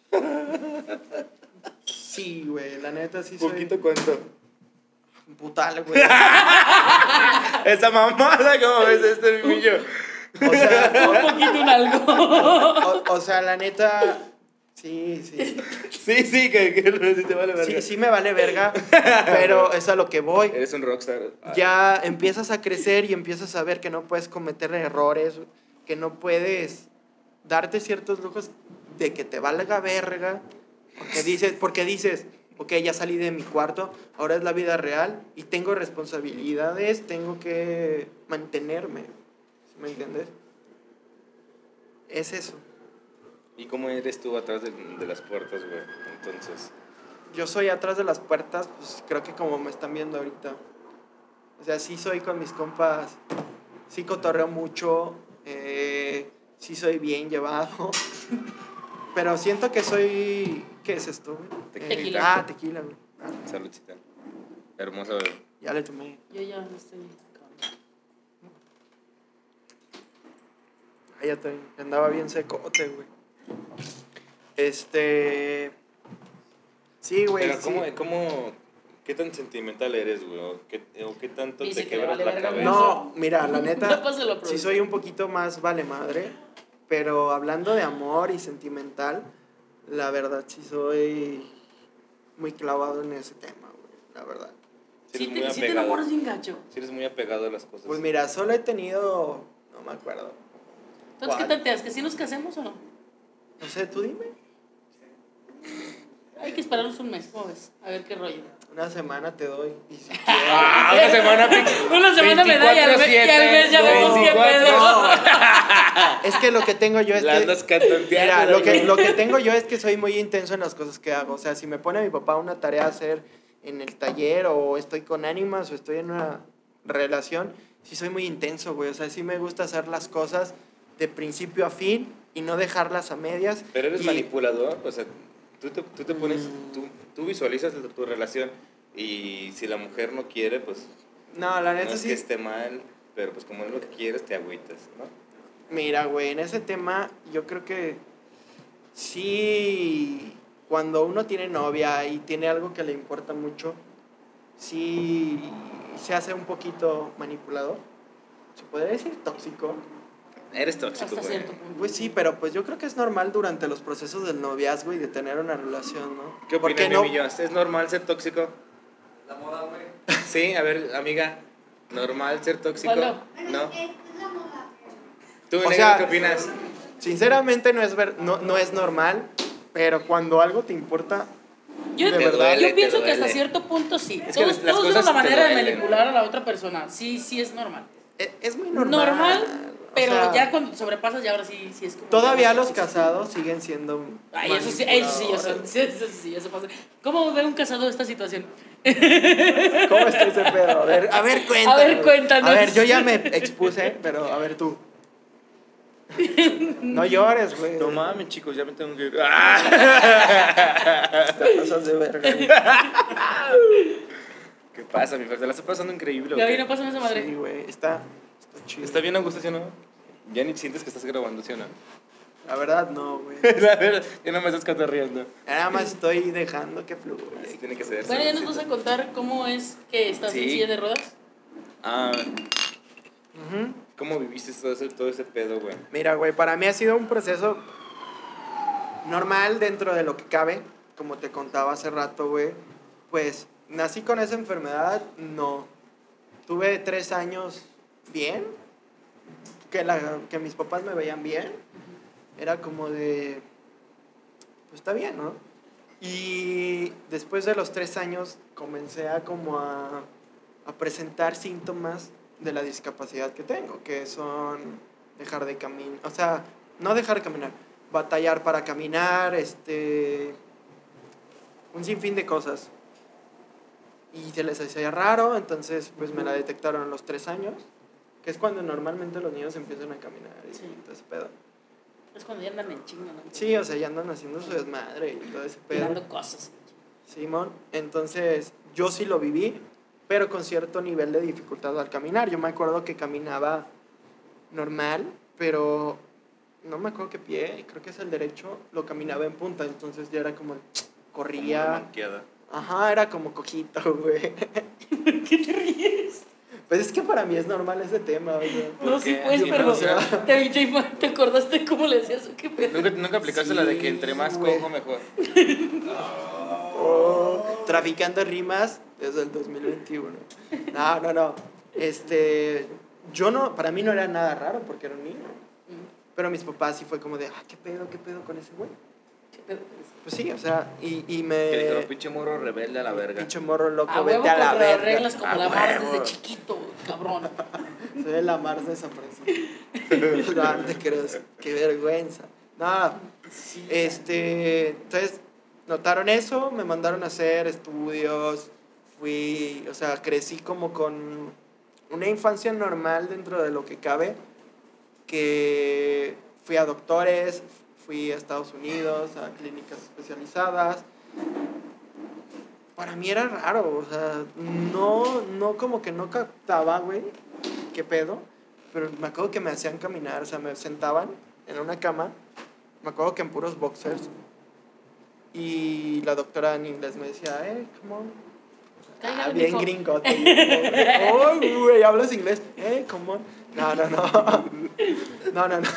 Sí, güey, la neta sí soy... ¿Poquito cuánto? Putal, güey. Esa mamada, ¿cómo ves este mimillo? O sea, Un poquito un algo. o, o sea, la neta... Sí, sí. Sí, sí, que, que no sí te vale verga. Sí, sí me vale verga, pero es a lo que voy. Eres un rockstar. Ya empiezas a crecer y empiezas a ver que no puedes cometer errores, que no puedes darte ciertos lujos de que te valga verga, porque dices, porque dices, ok, ya salí de mi cuarto, ahora es la vida real y tengo responsabilidades, tengo que mantenerme, ¿sí me entiendes? Es eso. ¿Y cómo eres tú atrás de, de las puertas, güey? Entonces, Yo soy atrás de las puertas, pues creo que como me están viendo ahorita. O sea, sí soy con mis compas, sí cotorreo mucho, eh, sí soy bien llevado, pero siento que soy... ¿Qué es esto, güey? Eh, Tequila. ah, tequila, güey. Ah, saludcita. Hermosa, güey. ya le tomé. Yo ya no estoy. Ah, ya te andaba bien secote, güey. Este... Sí, güey. Pero, ¿cómo, sí. cómo, qué tan sentimental eres, güey? ¿O qué, o qué tanto Dice te que le quebras vale la verga, cabeza? No, mira, la No neta, pasa la sí producción. soy un poquito más vale madre, pero hablando de amor y sentimental, la verdad sí soy muy clavado en ese tema, güey, la verdad. Sí Sí eres muy te, sí te apegado. enamoras bien gacho. Sí eres muy apegado a las cosas. Pues mira, solo he tenido, no me acuerdo. Entonces, ¿qué ¿Cuál? tanteas? ¿Que sí nos casemos o no? No sé, tú dime. Hay que esperarnos un mes, ¿cómo ves? A ver qué rollo. Una semana te doy. Y si quieres. Ah, una semana, pix. Una semana me da y al mes, y al mes ya No, vemos qué veinticuatro. pedo. Es que lo que tengo yo es La que... andas cantanteando. Mira, lo que, güey. lo que tengo yo es que soy muy intenso en las cosas que hago. O sea, si me pone mi papá una tarea a hacer en el taller o estoy con ánimas o estoy en una relación, sí soy muy intenso, güey. O sea, sí me gusta hacer las cosas de principio a fin y no dejarlas a medias. Pero eres Y- manipulador, o sea, tú te, tú te pones, Mm. tú, tú visualizas tu, tu relación y si la mujer no quiere, pues No, la no neta es sí. que esté mal, pero pues como es lo que quieres, te agüitas, ¿no? Mira, güey, en ese tema yo creo que sí, cuando uno tiene novia y tiene algo que le importa mucho, sí se hace un poquito manipulador. ¿Se podría decir tóxico? Eres tóxico, Hasta güey. cierto punto. Pues sí, pero pues yo creo que es normal durante los procesos del noviazgo y de tener una relación, ¿no? ¿Qué ¿Por opinas, no? mi millón? ¿Es normal ser tóxico? La moda, güey. Sí, a ver, amiga, ¿normal ser tóxico? ¿Cuándo? ¿No? ¿Tú, O negro, sea, qué opinas? Sinceramente no es, ver, no, no es normal, pero cuando algo te importa, Yo, de Te verdad. duele, yo pienso te que hasta duele. cierto punto sí. Es que todos las- las todos tenemos la cosas te manera de duelen. manipular a la otra persona. Sí, sí es normal. es, es muy normal. Normal, O pero sea, ya cuando sobrepasas, ya ahora sí, sí es como. Todavía ya los tóxico. casados siguen siendo. Ay, eso sí, eso sí, eso, manipuladores. sí, eso sí, eso pasa. ¿Cómo ve un casado esta situación? ¿Cómo está ese pedo? A ver, a ver, cuéntanos. A ver, cuéntanos. A ver, yo ya me expuse, pero a ver tú. No llores, güey. No mames, chicos, ya me tengo que ir. ¡Ah! Te pasas de verga. güey. ¿Qué pasa, mi Fer? ¿Te la está pasando increíble? o Gaby, qué? no pasa esa madre. Sí, güey, está, está chido. ¿Está bien, Augusto, sí o no? Ya ni sientes que estás grabando, ¿sí o no? La verdad, no, güey. La verdad, ya no me estás catarriendo. Nada más estoy dejando que fluya. Así tiene que ser. Bueno, ya nos sí. vas a contar cómo es que estás en Sí. silla de ruedas. Ah, Ujú. ¿cómo viviste todo ese, todo ese pedo, güey? Mira, güey, para mí ha sido un proceso normal dentro de lo que cabe. Como te contaba hace rato, güey. Pues nací con esa enfermedad, no. Tuve tres años bien. Que, la, que mis papás me veían bien. Era como de. Pues está bien, ¿no? Y después de los tres años comencé a como a, a presentar síntomas de la discapacidad que tengo, que son dejar de caminar, o sea, no dejar de caminar, batallar para caminar, este, un sinfín de cosas. Y se les hacía raro, entonces pues me la detectaron a los tres años, que es cuando normalmente los niños empiezan a caminar y Sí. todo ese pedo. Es cuando ya andan en chingo, ¿no? Sí, o sea, ya andan haciendo su desmadre y todo ese pedo. Tirando cosas. Simón, entonces yo sí lo viví, pero con cierto nivel de dificultad al caminar. Yo me acuerdo que caminaba normal, pero no me acuerdo qué pie, creo que es el derecho, lo caminaba en punta, entonces ya era como Como una corría. manqueada. Ajá, era como cojito, güey. ¿Qué te ríes? Pues es que para mí es normal ese tema, o sea. No, sí, qué? pues, Sí, pero no, o sea- ¿te, te, te acordaste cómo le decías o qué pedo? ¿Nunca, nunca aplicaste la de que entre más Sí, güey. cojo, mejor? Oh, traficando rimas desde el dos mil veintiuno. No, no, no. Este, yo no, para mí no era nada raro porque era un niño. Pero mis papás sí fue como de, ah, ¿qué pedo, qué pedo con ese güey? ¿Qué pedo con eso? Pues sí, o sea, y, y Que dijeron, me... pinche morro rebelde a la verga. Pinche morro loco, A huevo vete a la contra las verga. reglas como A la Mars huevo. desde chiquito, cabrón. Soy de la Mars desapareció. No, te creas, qué vergüenza. No, Sí, este, entonces notaron eso, me mandaron a hacer estudios, fui, o sea, crecí como con una infancia normal dentro de lo que cabe, que fui a doctores, fui a Estados Unidos, a clínicas especializadas. Para mí era raro, o sea, no, no como que no captaba, güey, qué pedo, pero me acuerdo que me hacían caminar, o sea, me sentaban en una cama, me acuerdo que en puros boxers, y la doctora en inglés me decía, eh, come on. Cállate, Ah, bien mijo. gringote. Ay, güey, ¿hablas inglés? Eh, come on. No, no, no. No, no, no.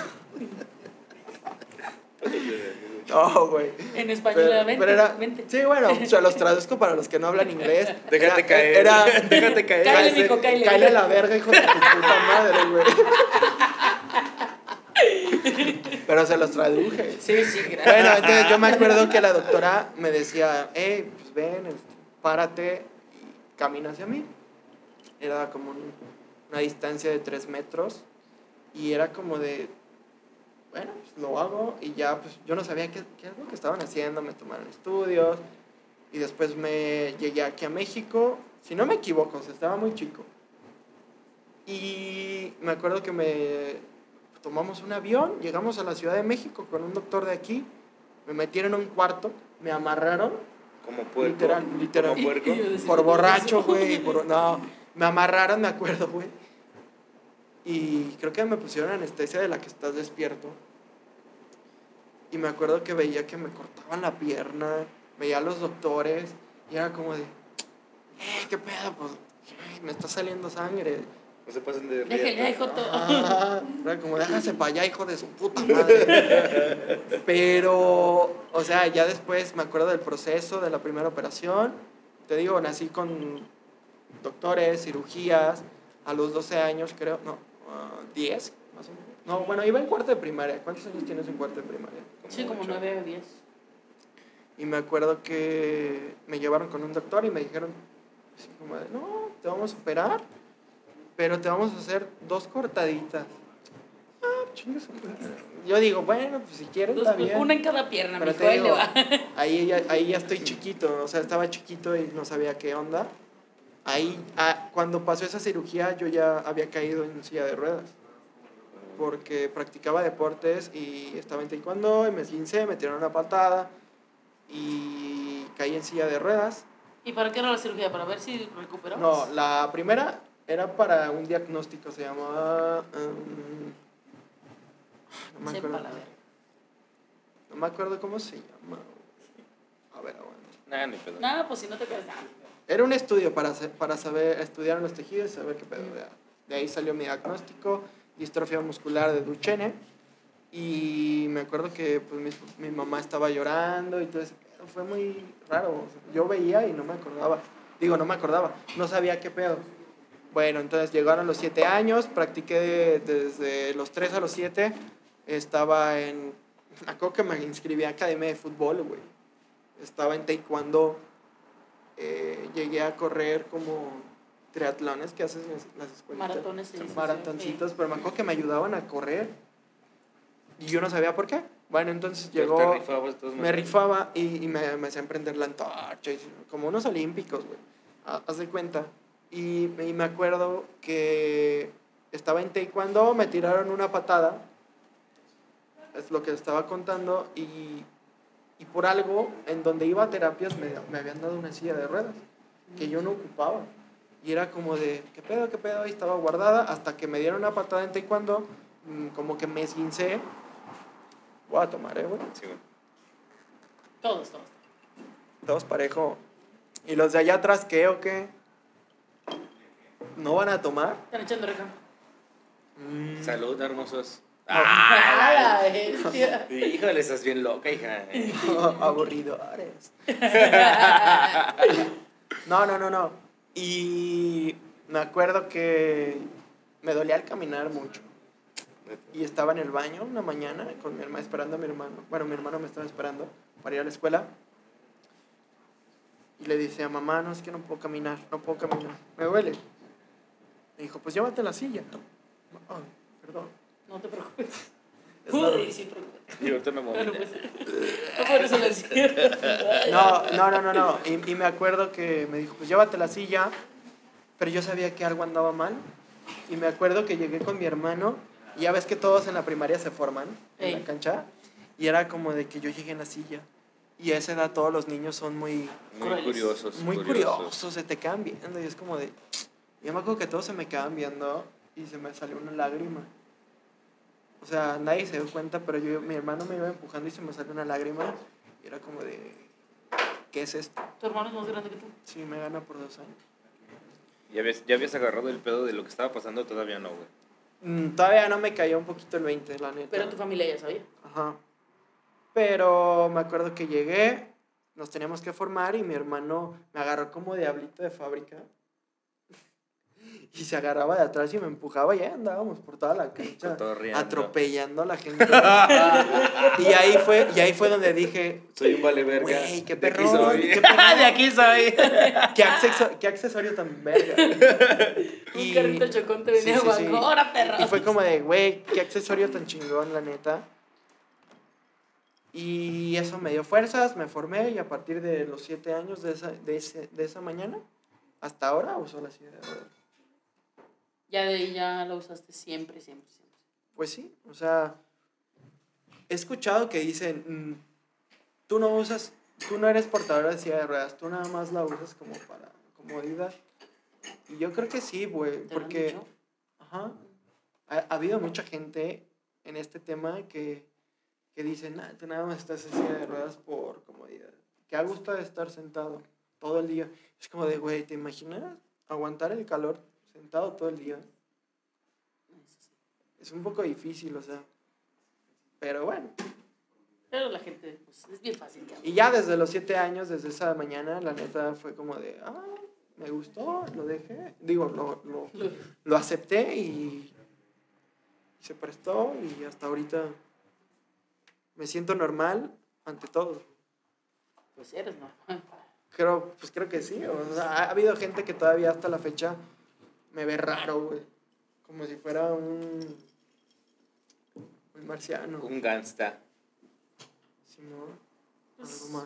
No, güey. En español, Pero, vente, pero era, vente. sí, bueno, se los traduzco para los que no hablan inglés. Déjate Era- caer. Era, Déjate caer. Cáele, Cáele, mijo, cáele. Cáele a la verga, hijo de tu puta madre, güey. Pero se los traduje. Sí, sí, gracias. Bueno, entonces yo me acuerdo que la doctora me decía, hey, pues ven, este, párate y camina hacia mí. Era como un- una distancia de tres metros y era como de, bueno, pues lo hago y ya, pues yo no sabía qué, qué es lo que estaban haciendo, me tomaron estudios y después me llegué aquí a México, si no me equivoco, o sea, estaba muy chico. Y me acuerdo que me tomamos un avión, llegamos a la Ciudad de México con un doctor de aquí, me metieron en un cuarto, me amarraron, Como puerco. literal, literal, Como puerco. Y yo decía, por borracho, güey, por- no, me amarraron, me acuerdo, güey. Y creo que me pusieron anestesia de la que estás despierto. Y me acuerdo que veía que me cortaban la pierna, veía a los doctores y era como de, eh, ¿qué pedo? Pues, ay, me está saliendo sangre. No se pasen de Déjale, riata. ay, Joto. Ah, era como, déjase para allá, hijo de su puta madre. Pero, o sea, ya después me acuerdo del proceso de la primera operación. Te digo, nací con doctores, cirugías, a los doce años creo, no, uh, diez más o menos. No, bueno, iba en cuarto de primaria. ¿Cuántos años tienes en cuarto de primaria? Sí, como ocho. nueve o diez. Y me acuerdo que me llevaron con un doctor y me dijeron, así como de, no, te vamos a operar, pero te vamos a hacer dos cortaditas. Ah, chingue su madre. Yo digo, bueno, pues si quieres, Dos- está bien. una en cada pierna, Pero mijo, te ahí le digo, va. ahí ya, ahí ya estoy chiquito, o sea, estaba chiquito y no sabía qué onda. Ahí, ah, cuando pasó esa cirugía, yo ya había caído en silla de ruedas. Porque practicaba deportes y estaba en taekwondo y me esguincé, me tiraron una patada y caí en silla de ruedas. ¿Y para qué era la cirugía? ¿Para ver si recuperó? No, la primera era para un diagnóstico, se llamaba... um, no me Sepa acuerdo. la verga. No me acuerdo cómo se llama. A ver, aguanta. Nah, ni pedo. Nada, pues si no te quedas. Era un estudio para, hacer- para saber, estudiar los tejidos y saber qué pedo. De, de ahí salió mi diagnóstico, distrofia muscular de Duchenne. Y me acuerdo que pues, mi, mi mamá estaba llorando y todo eso. Fue muy raro. O sea, yo veía y no me acordaba. Digo, no me acordaba. No sabía qué pedo. Bueno, entonces llegaron los siete años. Practiqué de- desde los tres a los siete. Estaba en... Me acuerdo que me inscribí a academia de fútbol, güey. Estaba en taekwondo. Eh, llegué a correr como triatlones que haces en las escuelitas. Maratones, sí, sí, sí. Maratoncitos, pero me acuerdo que me ayudaban a correr y yo no sabía por qué. Bueno, entonces Pero llegó, te rifabas, de todos me modos. rifaba y, y me, me hacían prender la antorcha, y, como unos olímpicos, güey. Ha- Haz de cuenta. Y, y me acuerdo que estaba en taekwondo, me tiraron una patada, es lo que estaba contando, y, y por algo, en donde iba a terapias, me, me habían dado una silla de ruedas que yo no ocupaba. Y era como de, ¿qué pedo, qué pedo? Ahí estaba guardada hasta que me dieron una patada en taekwondo, mm, como que me esguincé. Voy a tomar, ¿eh, güey? Sí, güey. Todos, todos. Todos parejo. ¿Y los de allá atrás qué o qué? ¿No van a tomar? Están echando reja. Mm. Salud, hermosos. ¡Ah, la bestia! Híjole, estás bien loca, hija. Aburridores. No, no, no, no. Y me acuerdo que me dolía al caminar mucho. y estaba en el baño una mañana con mi hermano, esperando a mi hermano. Bueno, mi hermano me estaba esperando para ir a la escuela. Y le dice a mamá, no, es que no puedo caminar, no puedo caminar, me duele. Me dijo, pues llévate la silla. Ay, perdón. No te preocupes. Es normal. Uy, sí, preocupes. Y ahorita me Bueno, moví. pues, no por eso le decía. No, no, no, no, no. Y, y me acuerdo que me dijo, pues llévate la silla. Pero yo sabía que algo andaba mal. Y me acuerdo que llegué con mi hermano. Y ya ves que todos en la primaria se forman en Ey. la cancha. Y era como de que yo llegué en la silla. Y a esa edad todos los niños son muy, Muy Crueles. curiosos. muy curiosos, se te quedan viendo. Y es como de... Yo me acuerdo que todos se me quedaban viendo y se me salió una lágrima. O sea, nadie se dio cuenta, pero yo, mi hermano me iba empujando y se me salió una lágrima. Y era como de... ¿Qué es esto? Tu hermano es más grande que tú. Sí, me gana por dos años. ¿Ya habías, ya habías agarrado el pedo de lo que estaba pasando? Todavía no, güey. Mm, todavía no me cayó un poquito el veinte, la neta. Pero tu familia ya sabía. Ajá. Pero me acuerdo que llegué, nos teníamos que formar y mi hermano me agarró como diablito de fábrica. Y se agarraba de atrás y me empujaba y ahí andábamos por toda la cancha Cotorreando. atropellando a la gente. y ahí fue, y ahí fue donde dije, Soy un vale verga. güey, qué De aquí perrón, soy. qué perrón. De aquí soy. ¿Qué, acceso- qué accesorio tan verga. Un carrito chocón te venía sí, sí, abajo. sí. Ahora, perro. Y fue como de, güey, qué accesorio tan chingón, la neta. Y eso me dio fuerzas, me formé y a partir de los siete años de esa, de ese, de esa mañana hasta ahora uso la silla de ruedas. Ya de ahí ya lo usaste siempre, siempre, siempre. Pues sí, o sea, he escuchado que dicen, mm, tú no usas, tú no eres portador de silla de ruedas, tú nada más la usas como para comodidad. Y yo creo que sí, güey, ¿Te lo han porque... dicho? Ajá. Ha, ha habido mucha gente en este tema que, que dicen, nah, tú nada más estás en silla de ruedas por comodidad. Que a gusto de estar sentado todo el día. Es como de, güey, ¿te imaginas aguantar el calor sentado todo el día? Eso sí. Es un poco difícil, o sea. Pero bueno. Pero la gente, pues, es bien fácil. Que Y ya desde los siete años, desde esa mañana, la neta fue como de, ah, me gustó, lo dejé. Digo, lo, lo, Lo- lo acepté y se prestó y hasta ahorita me siento normal ante todo. Pues eres normal. Creo, pues creo que sí. O sea, ha habido gente que todavía hasta la fecha me ve raro, güey. Como si fuera un, un marciano. Un gangsta. Simón, Pues, algo más.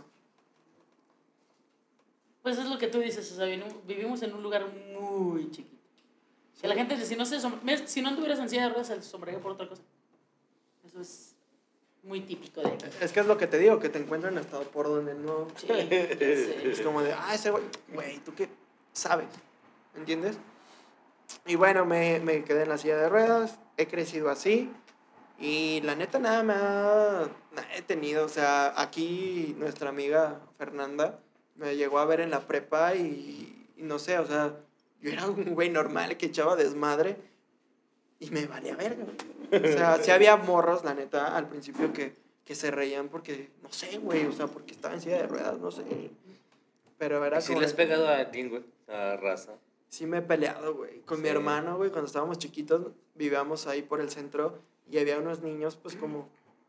pues es lo que tú dices, o sea, vinu- vivimos en un lugar muy chiquito. Que la gente, si no, se som- mira, si no anduvieras en silla de ruedas, se sombrearía por otra cosa. Eso es muy típico de aquí. Es que es lo que te digo, que te encuentran hasta por donde no. Sí, ya sé. Es como de, ah, ese güey, güey, ¿tú qué sabes? ¿Entiendes? Y bueno, me, me quedé en la silla de ruedas, he crecido así. Y la neta nada me ha nada he tenido, o sea, aquí nuestra amiga Fernanda me llegó a ver en la prepa y, y no sé, o sea, yo era un güey normal que echaba desmadre y me valía verga. O sea, sí había morros, la neta, al principio que, que se reían porque, no sé, güey, o sea, porque estaba en silla de ruedas, no sé. Pero era Si como... le has pegado a alguien, güey, a raza. Sí me he peleado, güey. Con mi Sí. hermano, güey, cuando estábamos chiquitos, vivíamos ahí por el centro y había unos niños, pues, como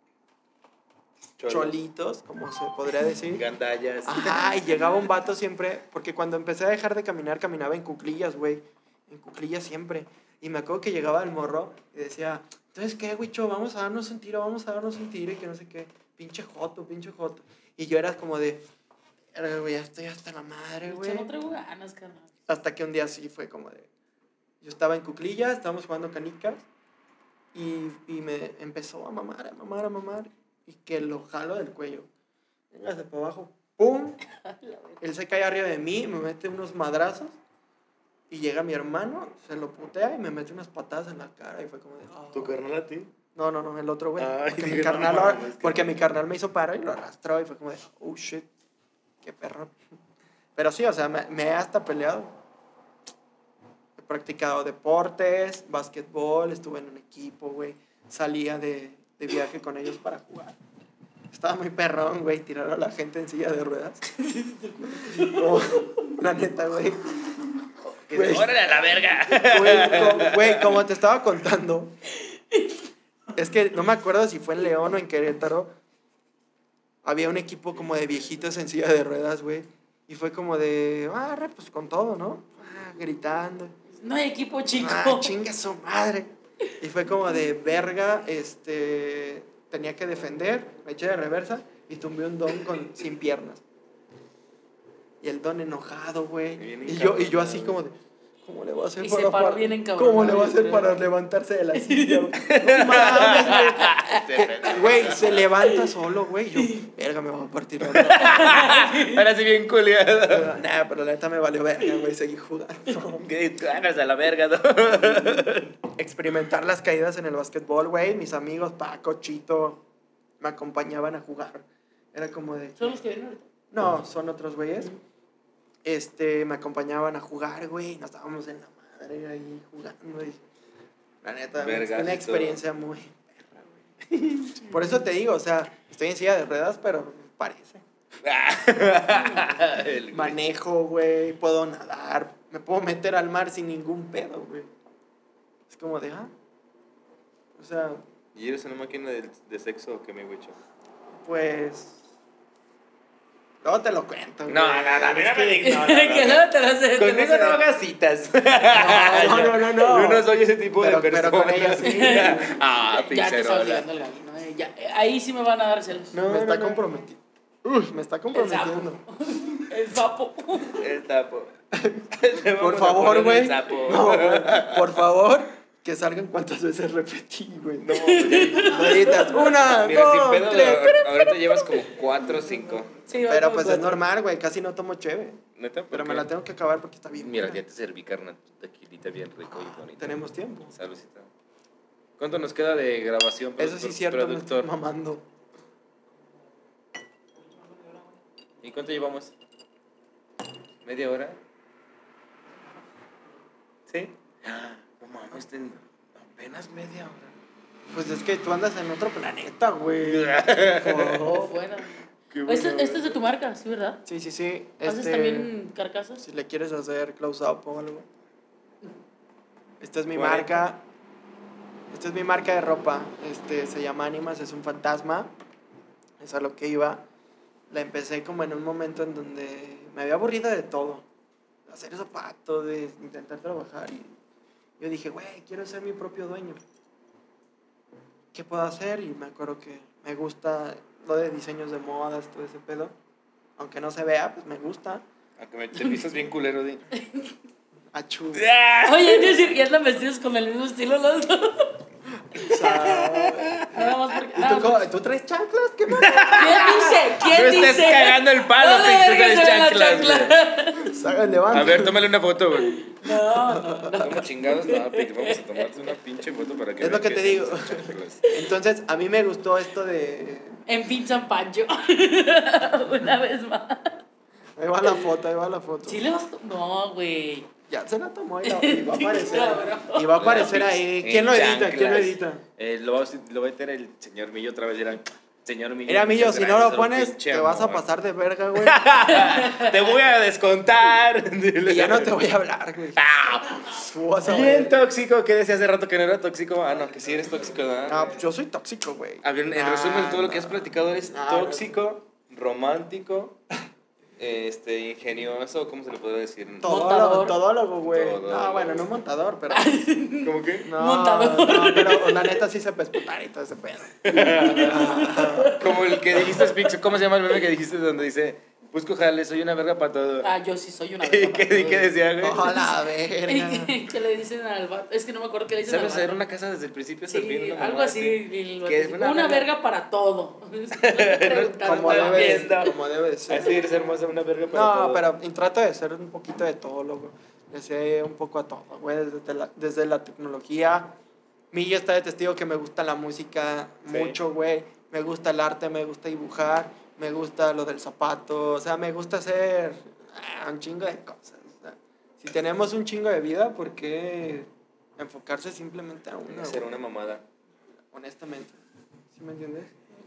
Cholos. cholitos, como se podría decir. Gandallas. Ajá, y llegaba un vato siempre, porque cuando empecé a dejar de caminar, caminaba en cuclillas, güey. En cuclillas siempre. Y me acuerdo que llegaba el morro y decía, entonces, ¿qué, güicho? Vamos a darnos un tiro, vamos a darnos un tiro y que no sé qué. Pinche joto, pinche joto. Y yo era como de, "Verga, güey, ya estoy hasta la madre, Yo güey. no traigo ganas, carnal. Hasta que un día sí fue como de... Yo estaba en cuclillas, estábamos jugando canicas y, y me empezó a mamar, a mamar, a mamar y que lo jalo del cuello. Véngase para abajo, ¡pum! Él se cae arriba de mí, me mete unos madrazos y llega mi hermano, se lo putea y me mete unas patadas en la cara y fue como de... "Oh". ¿Tu carnal a ti? No, no, no, el otro güey. Ay, Porque, dije, mi no carnal, mames, que- porque mi carnal me hizo paro y lo arrastró y fue como de, oh shit, qué perro. Pero sí, o sea, me, me he hasta peleado. He practicado deportes, básquetbol, estuve en un equipo, güey. Salía de, de viaje con ellos para jugar. Estaba muy perrón, güey, tirar a la gente en silla de ruedas. Como, la neta, güey. Que Güey. ¡Órale a la verga! Güey, como, güey, como te estaba contando, Es que no me acuerdo si fue en León o en Querétaro. Había un equipo como de viejitos en silla de ruedas, güey. Y fue como de, ah, pues con todo, ¿no? Ah, gritando. No hay equipo chico. Ah, chinga su madre. Y fue como de verga, este, tenía que defender, me eché de reversa y tumbé un don con, sin piernas. Y el don enojado, güey. Y yo, y yo así como de, ¿cómo le voy a hacer Y para se paró para- bien encabronado, ¿Cómo le voy a hacer yo para creo. levantarse de la silla, güey? No mames, güey. Que- Güey, se levanta solo, güey. Yo, verga, me voy a partir la madre. Ahora sí bien culiado. Pero, Nah, pero la neta me valió verga, güey. Seguí jugando. Qué ganas a la verga, ¿no? Experimentar las caídas en el básquetbol, güey. Mis amigos, Paco, Chito, me acompañaban a jugar. Era como de... ¿Son los que vienen ahorita? No, son otros güeyes. Este, me acompañaban a jugar, güey. Nos estábamos en la madre ahí jugando. Y la neta, Vergas fue una y experiencia muy perra, güey. Por eso te digo, o sea, estoy en silla de ruedas, pero parece. El güey. Manejo, güey, puedo nadar, me puedo meter al mar sin ningún pedo, güey. Es como de, ah. O sea, ¿Y eres una máquina de, de sexo o qué, mi güicho? pues. Luego te lo cuento, güey. No, no, no, mira, Es que- me digas, no, no, no. Que luego te lo hace- te lo Conmigo hace- no hagas citas. No, no, no, no. Yo no soy ese tipo Pero- de pero persona. con ella sí. Ah, Ya te está pincerola. obligando el gallino, eh, ya, eh, ahí sí me van a dar celos. No, me está comprometido. Uy, me está El comprometiendo. sapo. El sapo. El sapo. Por favor, güey. El sapo. No, güey. Por favor, que salgan cuantas veces repetí, güey. No, ya- Lo editas. Una, Mira, sin dos, pedo, tres. ahor- ahorita llevas como cuatro o cinco. Sí, va Pero como pues es cuatro. normal, güey. Casi no tomo cheve. ¿Neta? ¿Por Pero qué? me la tengo que acabar porque está bien. Mira, buena. ya te serví carne tequilita bien rico y bonito. Tenemos tiempo. Saludcita. ¿Cuánto nos queda de grabación? Eso sí produ- es cierto, me productor? estoy mamando. ¿Y cuánto llevamos? ¿Media hora? ¿Sí? No mames, ten- apenas media hora. Pues es que tú andas en otro planeta, güey. Oh, fuera. Qué Este, bueno. este es de tu marca, ¿sí, verdad? Sí, sí, sí. ¿Haces Este, también carcasas? Si le quieres hacer close-up o algo. Esta es mi cuarenta. marca. Esta es mi marca de ropa. Este, se llama Animas, es un fantasma. Es a lo que iba. La empecé como en un momento en donde me había aburrido de todo. De hacer zapatos, de intentar trabajar. Y yo dije, güey, quiero ser mi propio dueño. ¿Qué puedo hacer? Y me acuerdo que me gusta lo de diseños de modas, todo ese pedo. Aunque no se vea, pues me gusta. Aunque me te vistas bien culero, di. Achú. Oye, es decir, ya están vestidos con el mismo estilo los dos. O sea, Nada más porque. ¿y nada tú, cómo- más- ¿tú traes chanclas? ¿Qué más? ¿Quién dice? ¿Quién Tú dice? estás cagando el palo, ¿Dónde pinche verga de se ve la chanclas, chancla? Sagan, levanta. A ver, tómale una foto, güey. No, no, no. ¿Cómo chingados? No, Pete, vamos a tomarte una pinche foto para que Es lo vean que te sí digo. son chanclas. Entonces, a mí me gustó esto de... En fin, San Pancho. Una vez más. Ahí va la foto, ahí va la foto. ¿Sí le vas a to- No, güey. Ya se la tomó y, la- y va a aparecer. Cabrón. Y va a aparecer ahí. En ¿Quién lo edita? chanclas. ¿Quién lo edita? Eh, lo, va a, lo va a meter el señor Millo otra vez. Dirán, señor Millo. Mira, Millo, muchas si no gracias lo por pones, pinche te vas a amor. pasar de verga, güey. Te voy a descontar. Y ya no te voy a hablar, güey. Ah, Tú vas a bien ver. tóxico. ¿Qué decía hace rato que no era tóxico? Ah, no, que sí eres tóxico, ¿verdad? Ah, pues yo soy tóxico, güey. A ver, en Ah, resumen, todo lo que no. has platicado eres Ah, tóxico, romántico, este, ingenioso, ¿cómo se le podría decir? Todólogo, Montador. todólogo, güey. Todólogo. No, bueno, no montador, pero... ¿Cómo qué? No, Montador. no, pero la neta sí se pesputar y todo ese pedo. Como el que dijiste, Pix, ¿cómo se llama el meme que dijiste donde dice, busco jale, soy una verga para todo? Ah, yo sí soy una ¿Y verga qué, para y qué todo. decía, güey? Ojalá, verga. ¿Y qué le dicen al vato? Es que no me acuerdo qué le dicen ¿Sabes al hacer vato. una casa desde el principio? Sí, Serpiendo una algo mamá así. y el vato Que es dice, una una, verga- verga para todo. Como Estás debe, viendo. como debe de ser. Así eres hermosa, una verga para todo. No, pero y trato de ser un poquito de todo, loco. Le sé un poco a todo, güey. Desde la, desde la tecnología. Millo está de testigo que me gusta la música Sí. mucho, güey. Me gusta el arte, me gusta dibujar, me gusta lo del zapato. O sea, me gusta hacer ah, un chingo de cosas. O sea, si tenemos un chingo de vida, ¿por qué enfocarse simplemente a una? Hacer güey? una mamada. Honestamente. ¿Sí me entiendes?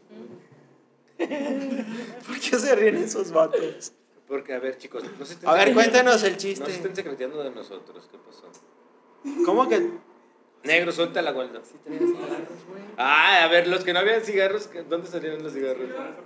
¿Por qué se ríen esos vatos? Porque, a ver, chicos, no se estén A ver, secreteando- cuéntanos el No se estén chiste. secreteando de nosotros, ¿qué pasó? ¿Cómo que? Negro, suelta la vuelta. Sí tenía cigarros, güey. Ah, a ver, los que no habían cigarros, ¿dónde salieron los cigarros?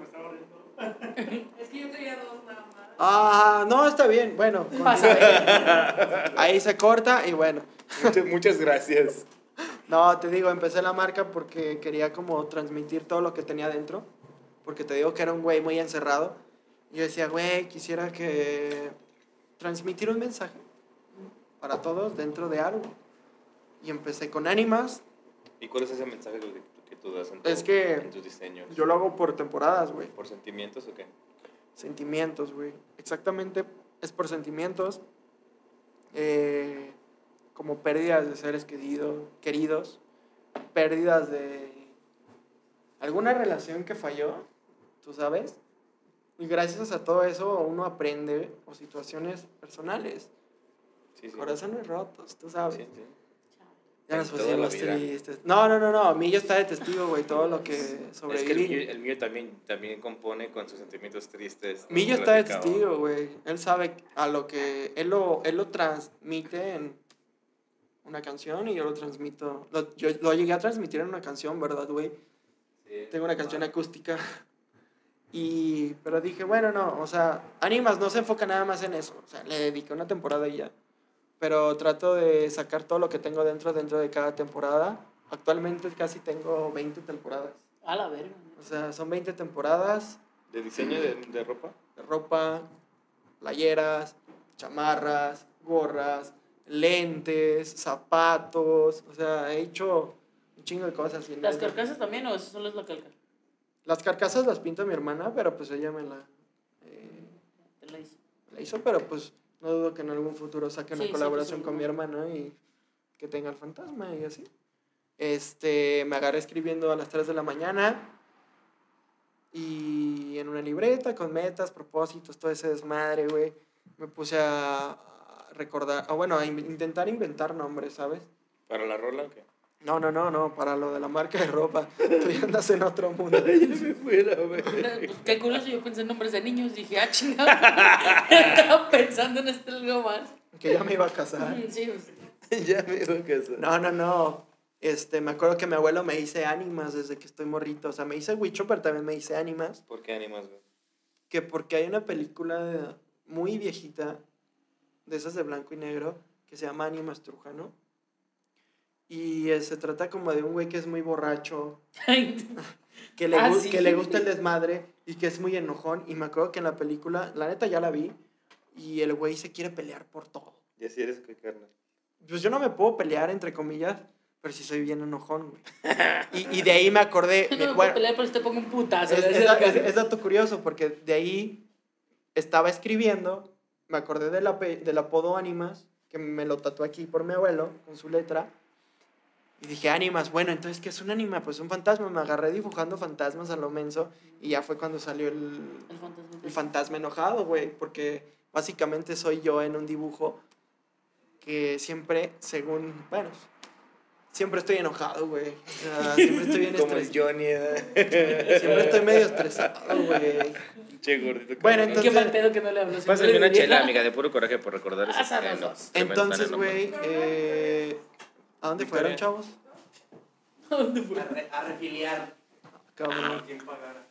Es que yo traía dos nada más. Ah, no, está bien. Bueno, Pasa, güey. ahí se corta y bueno. Muchas, muchas gracias. No, te digo, empecé la marca porque quería como transmitir todo lo que tenía dentro. Porque te digo que era un güey muy encerrado. Y yo decía, güey, quisiera que transmitir un mensaje para todos dentro de algo. Y empecé con ánimas. ¿Y cuál es ese mensaje que, que tú das en, tu, Es que en tus diseños? Yo lo hago por temporadas, güey. ¿Por sentimientos o qué? Sentimientos, güey. Exactamente, es por sentimientos. Eh, como pérdidas de seres querido, queridos. Pérdidas de alguna relación que falló, tú sabes. Y gracias a todo eso uno aprende, o situaciones personales. Sí, sí. Corazones rotos, tú sabes. Sí, sí. Ya En nos toda pusimos la vida. tristes. No, no, no, no. A mí ya está de testigo, güey, todo lo que Es que el sobreviví. mío, el mío también, también compone con sus sentimientos tristes. Millo Nos está de platicaba. testigo, güey. Él sabe a lo que... Él lo, él lo transmite en una canción y yo lo transmito... Lo, yo lo llegué a transmitir en una canción, ¿verdad, güey? Sí. Tengo una canción acústica. Y... Pero dije, bueno, no, o sea... Ánimas no se enfoca nada más en eso. O sea, le dediqué una temporada y ya. Pero trato de sacar todo lo que tengo dentro, dentro de cada temporada. Actualmente casi tengo veinte temporadas. A la verga. O sea, son veinte temporadas ¿De diseño de, de ropa? de ropa, playeras, chamarras, gorras, lentes, zapatos. O sea, he hecho un chingo de cosas. y ¿Las no- carcasas también o eso solo es la calca? Las carcasas las pinta mi hermana, pero pues ella me la, eh, Te la hice. la hizo, pero pues no dudo que en algún futuro saque una Sí, sí, colaboración pues, con mi hermana y que tenga el fantasma y así. Este, me agarré escribiendo a las tres de la mañana y en una libreta con metas, propósitos, todo ese desmadre, güey. Me puse a recordar, o bueno, a in- intentar inventar nombres, ¿sabes? ¿Para la rola o qué? No, no, no, no, para lo de la marca de ropa. Tú ya andas en otro mundo. Ya me fuera, güey. Pues qué curioso, yo pensé en nombres de niños. Dije, ah, chingado. Estaba pensando en este algo más. Que ya me iba a casar. Sí, pues. Ya me iba a casar. No, no, no. Este, me acuerdo que mi abuelo me dice ánimas desde que estoy morrito. O sea, me dice Huicho, pero también me dice ánimas. ¿Por qué animas, güey? Que porque hay una película de- muy viejita, de esas de blanco y negro, que se llama Ánimas Trujano. Y eh, se trata como de un güey que es muy borracho, que le, Ah, gu- sí. que le gusta el desmadre y que es muy enojón. Y me acuerdo que en la película, la neta ya la vi, y el güey se quiere pelear por todo. Y así eres, ¿qué, carnal? Pues yo no me puedo pelear, entre comillas, pero sí soy bien enojón, güey. Y, y de ahí me acordé... No me puedo bueno, pelear, pero si te pongo un putazo. es, Ese es, es el es- caso. es dato curioso, porque de ahí estaba escribiendo, me acordé del, ape- del apodo Ánimas, que me lo tatué aquí por mi abuelo, con su letra, y dije, Ánimas, bueno, entonces, ¿qué es un ánima? Pues un fantasma. Me agarré dibujando fantasmas a lo menso, y ya fue cuando salió el, El fantasma. el fantasma enojado, güey, porque básicamente soy yo en un dibujo que siempre, según, bueno, siempre estoy enojado, güey. O sea, siempre estoy bien Como el estresado. Johnny, ¿eh? Siempre estoy medio estresado, güey. Che, gordito. Bueno, cabrón. entonces- Qué mal pedo que no le hablo. Pásame Siempre una diría- chela, amiga, de puro coraje por recordar ese Pásanos eh, no, dos. tremendo Entonces, tan güey, enojado. eh, ¿a dónde fueron, Victoria. chavos? ¿A dónde fue? A, re- a refiliar. Cabrón. ¿Quién pagara?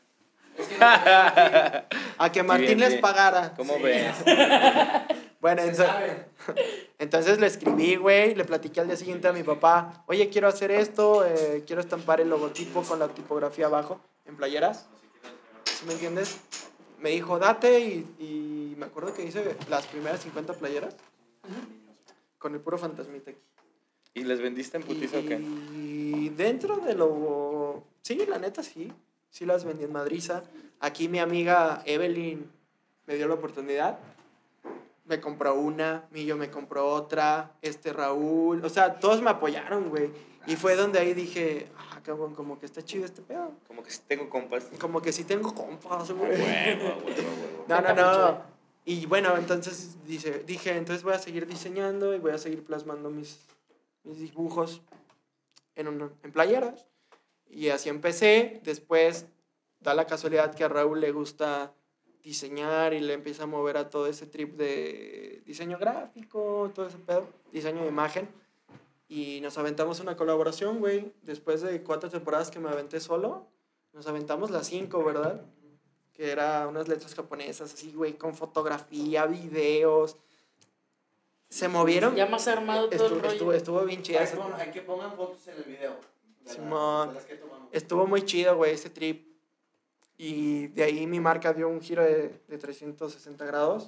A que Martín Bien, les bien. pagara. ¿Cómo ves? Bueno, Se entonces, sabe. entonces le escribí, güey, le platiqué al día siguiente a mi papá, oye, quiero hacer esto, eh, quiero estampar el logotipo con la tipografía abajo, en playeras. ¿Sí me entiendes? Me dijo, date, y, y me acuerdo que hice las primeras cincuenta playeras con el puro fantasmita aquí. ¿Y les vendiste en putiza o qué? Y dentro de lo... Sí, la neta sí. Sí las vendí en Madriza. Aquí mi amiga Evelyn me dio la oportunidad. Me compró una, Millo me compró otra, este Raúl. O sea, todos me apoyaron, güey. Y fue donde ahí dije, ah, cabrón, como que está chido este pedo. Como que sí tengo compas. Como que sí tengo compas, güey. Huevo, huevo, huevo. No, no, Capricho, no. Y bueno, entonces dice, dije, entonces voy a seguir diseñando y voy a seguir plasmando mis, mis dibujos en, un- en playeras. Y así empecé. Después da la casualidad que a Raúl le gusta diseñar y le empieza a mover a todo ese trip de diseño gráfico, todo ese pedo, diseño de imagen. Y nos aventamos una colaboración, güey. Después de cuatro temporadas que me aventé solo, nos aventamos las cinco, ¿verdad? Que era unas letras japonesas, así, güey, con fotografía, videos. Se movieron. Ya más armado todo Estuvo, el rollo. estuvo, estuvo bien chida. Hay esa- que pon- hay que pongan fotos en el video. De, la- Simón. de las que tomamos. Estuvo muy chido, güey, ese trip. Y de ahí mi marca dio un giro de, de trescientos sesenta grados.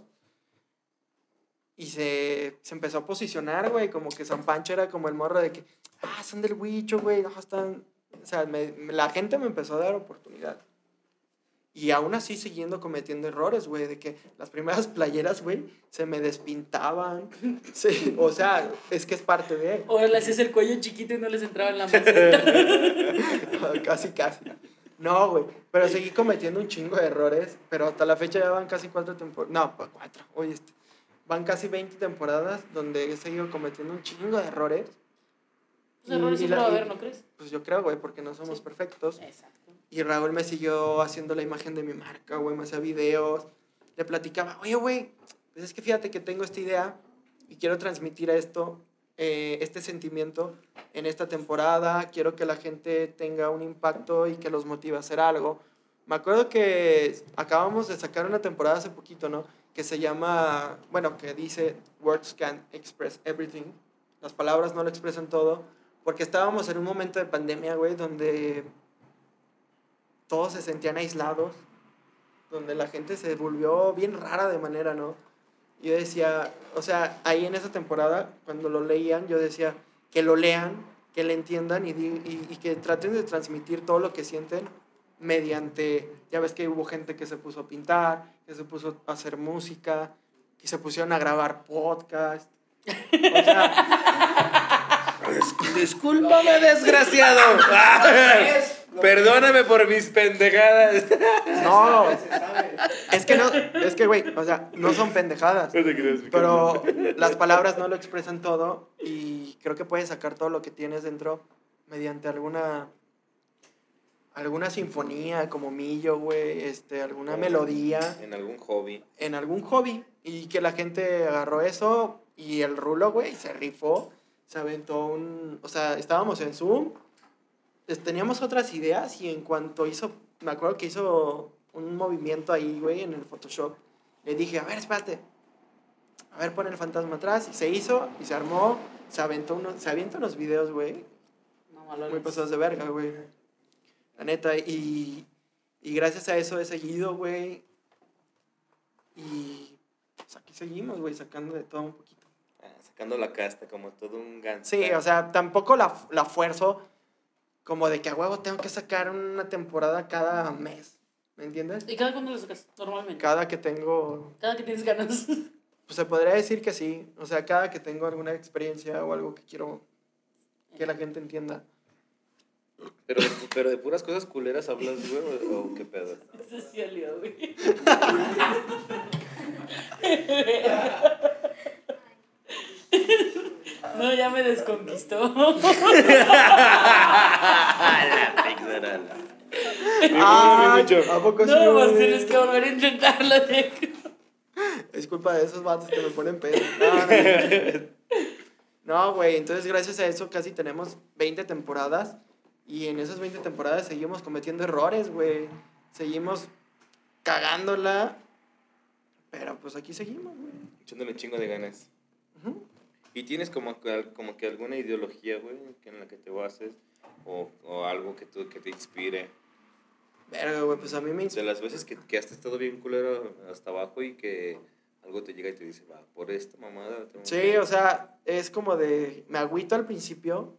Y se, se empezó a posicionar, güey, como que San Pancho era como el morro de que, ah, son del Huicho, güey, no, están... O sea, me- me- la gente me empezó a dar oportunidad. Y aún así siguiendo cometiendo errores, güey, de que las primeras playeras, güey, se me despintaban. Sí, o sea, es que es parte de... Ahora le hacías el cuello chiquito y no les entraba en la maceta. Casi, casi. No, güey. Pero seguí cometiendo un chingo de errores. Pero hasta la fecha ya van casi cuatro temporadas. No, pues cuatro. Oye, este. Van casi veinte temporadas donde he seguido cometiendo un chingo de errores. Los errores Y- y siempre la- va a y- haber, ¿no crees? Pues yo creo, güey, porque no somos Sí. perfectos. Exacto. Y Raúl me siguió haciendo la imagen de mi marca, güey. Me hacía videos. Le platicaba, oye, güey, pues es que fíjate que tengo esta idea y quiero transmitir esto, eh, este sentimiento en esta temporada. Quiero que la gente tenga un impacto y que los motive a hacer algo. Me acuerdo que acabamos de sacar una temporada hace poquito, ¿no? Que se llama, bueno, que dice Words Can't Express Everything. Las palabras no lo expresan todo. Porque estábamos en un momento de pandemia, güey, donde todos se sentían aislados, donde la gente se volvió bien rara de manera, ¿no? Yo decía, o sea, ahí en esa temporada, cuando lo leían, yo decía que lo lean, que le entiendan y, di- y, y que traten de transmitir todo lo que sienten mediante, ya ves que hubo gente que se puso a pintar, que se puso a hacer música, que se pusieron a grabar podcast. O sea, Discúlpame, desgraciado. Perdóname por mis pendejadas. no, Se sabe. es que no, es que, güey, o sea, no son pendejadas. No te creas, Pero las palabras no lo expresan todo y creo que puedes sacar todo lo que tienes dentro mediante alguna alguna sinfonía como Millo, güey, este, alguna melodía, En algún hobby. en algún hobby y que la gente agarró eso y el Rulo, güey, se rifó, se aventó un, o sea, estábamos en Zoom, es- teníamos otras ideas y en cuanto hizo, me acuerdo que hizo un movimiento ahí, güey, en el Photoshop, le dije, a ver, espérate, a ver, pon el fantasma atrás, y se hizo, y se armó, se aventó unos, se avienta unos videos, güey, No, malones. muy pasados de verga, güey, la neta, y, y gracias a eso he seguido, güey, y pues aquí seguimos, güey, sacando de todo un poquito. Ah, sacando la casta como todo un ganso. Sí, o sea, tampoco la, la fuerzo como de que a huevo tengo que sacar una temporada cada mes, ¿me entiendes? ¿Y cada cuándo lo sacas? Normalmente. Cada que tengo, Cada que tienes ganas. pues se podría decir que sí, o sea, cada que tengo alguna experiencia o algo que quiero que la gente entienda. Pero, pero de puras cosas culeras hablas, güey, o, o qué pedo. Ese sí olió, güey. No, ya me desconquistó. La pixera, la- Ah, mucho. ¿a poco sí, No, güey? pues tienes que volver a intentarlo, Diego. Es culpa de esos vatos que me ponen pedo. No, no, no. No, güey, entonces gracias a eso casi tenemos veinte temporadas y en esas veinte temporadas seguimos cometiendo errores, güey. Seguimos cagándola, pero pues aquí seguimos, güey. Echándole un chingo de ganas. Ujú. ¿Y tienes como, que- como que alguna ideología, güey, que en la que te bases? O, o algo que, tú, que te inspire. Verga, güey, pues a mí me De inspira. las veces que, que has estado bien culero hasta abajo y que algo te llega y te dice, va, por esta mamada. tengo Sí, que-". o sea, es como de, me agüito al principio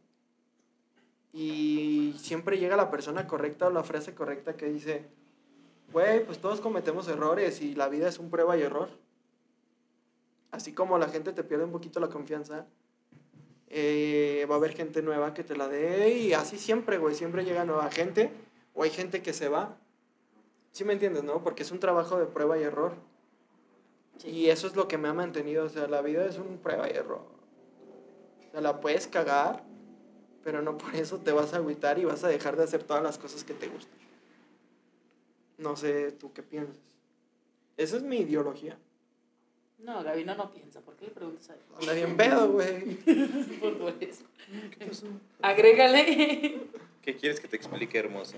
y siempre llega la persona correcta o la frase correcta que dice, güey, pues todos cometemos errores y la vida es un prueba y error. Así como la gente te pierde un poquito la confianza, eh, va a haber gente nueva que te la dé y así siempre, güey, siempre llega nueva gente o hay gente que se va. ¿Sí me entiendes, no? Porque es un trabajo de prueba y error. Sí. Y eso es lo que me ha mantenido, o sea, la vida es un prueba y error. O sea, la puedes cagar, pero no por eso te vas a agüitar y vas a dejar de hacer todas las cosas que te gustan. No sé, ¿tú qué piensas? Esa es mi ideología. No, Gaby no, no piensa. ¿Por qué le preguntas a él? Anda bien pedo, güey. Por eso. Agrégale. ¿Qué quieres que te explique, hermoso?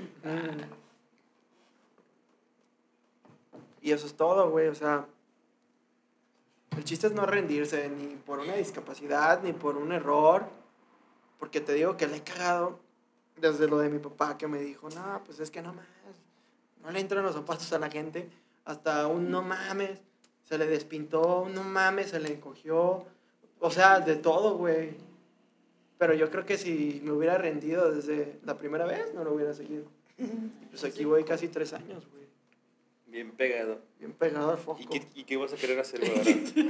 Y eso es todo, güey. O sea, el chiste es no rendirse ni por una discapacidad, ni por un error. Porque te digo que le he cagado desde lo de mi papá que me dijo, no, pues es que no mames, no le entran los zapatos a la gente. Hasta un no mames, se le despintó, un no mames, se le encogió. O sea, de todo, güey. Pero yo creo que si me hubiera rendido desde la primera vez, no lo hubiera seguido. Pues aquí voy casi tres años, güey. Bien pegado. Bien pegado al foco. ¿Y qué, ¿Y qué vas a querer hacer ahora?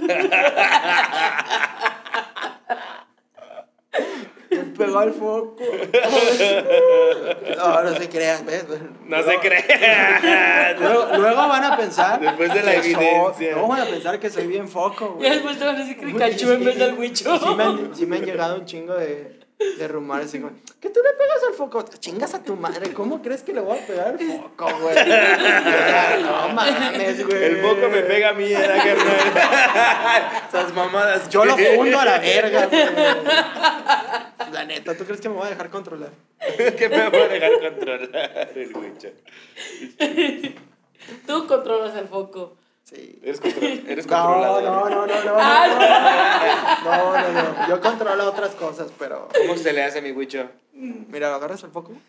Bien pegado al foco. No, no se crean, ¿ves? No se cree. Luego, luego van a pensar. Después de la que soy- evidencia. Luego van a pensar que soy bien foco, Y güey. después te van a decir Pikachu en vez del Wicho. Y sí me han, sí me han llegado un chingo de, de rumores así como, que tú le pegas al foco. Chingas a tu madre, ¿cómo crees que le voy a pegar al foco, güey? O sea, no mames, güey. El foco me pega a mí, era carnal. Esas mamadas. Yo lo fundo a la verga, güey. La neta, ¿tú crees que me voy a dejar controlar? que me voy a dejar controlar el Wicho. Tú controlas el foco. Sí. Eres, contro eres No, controlador. no, no, no, no, Ah, no, no, no, no. Yo controlo otras cosas, pero... ¿Cómo se le hace a mi Wicho? Mira, ¿agarras el foco?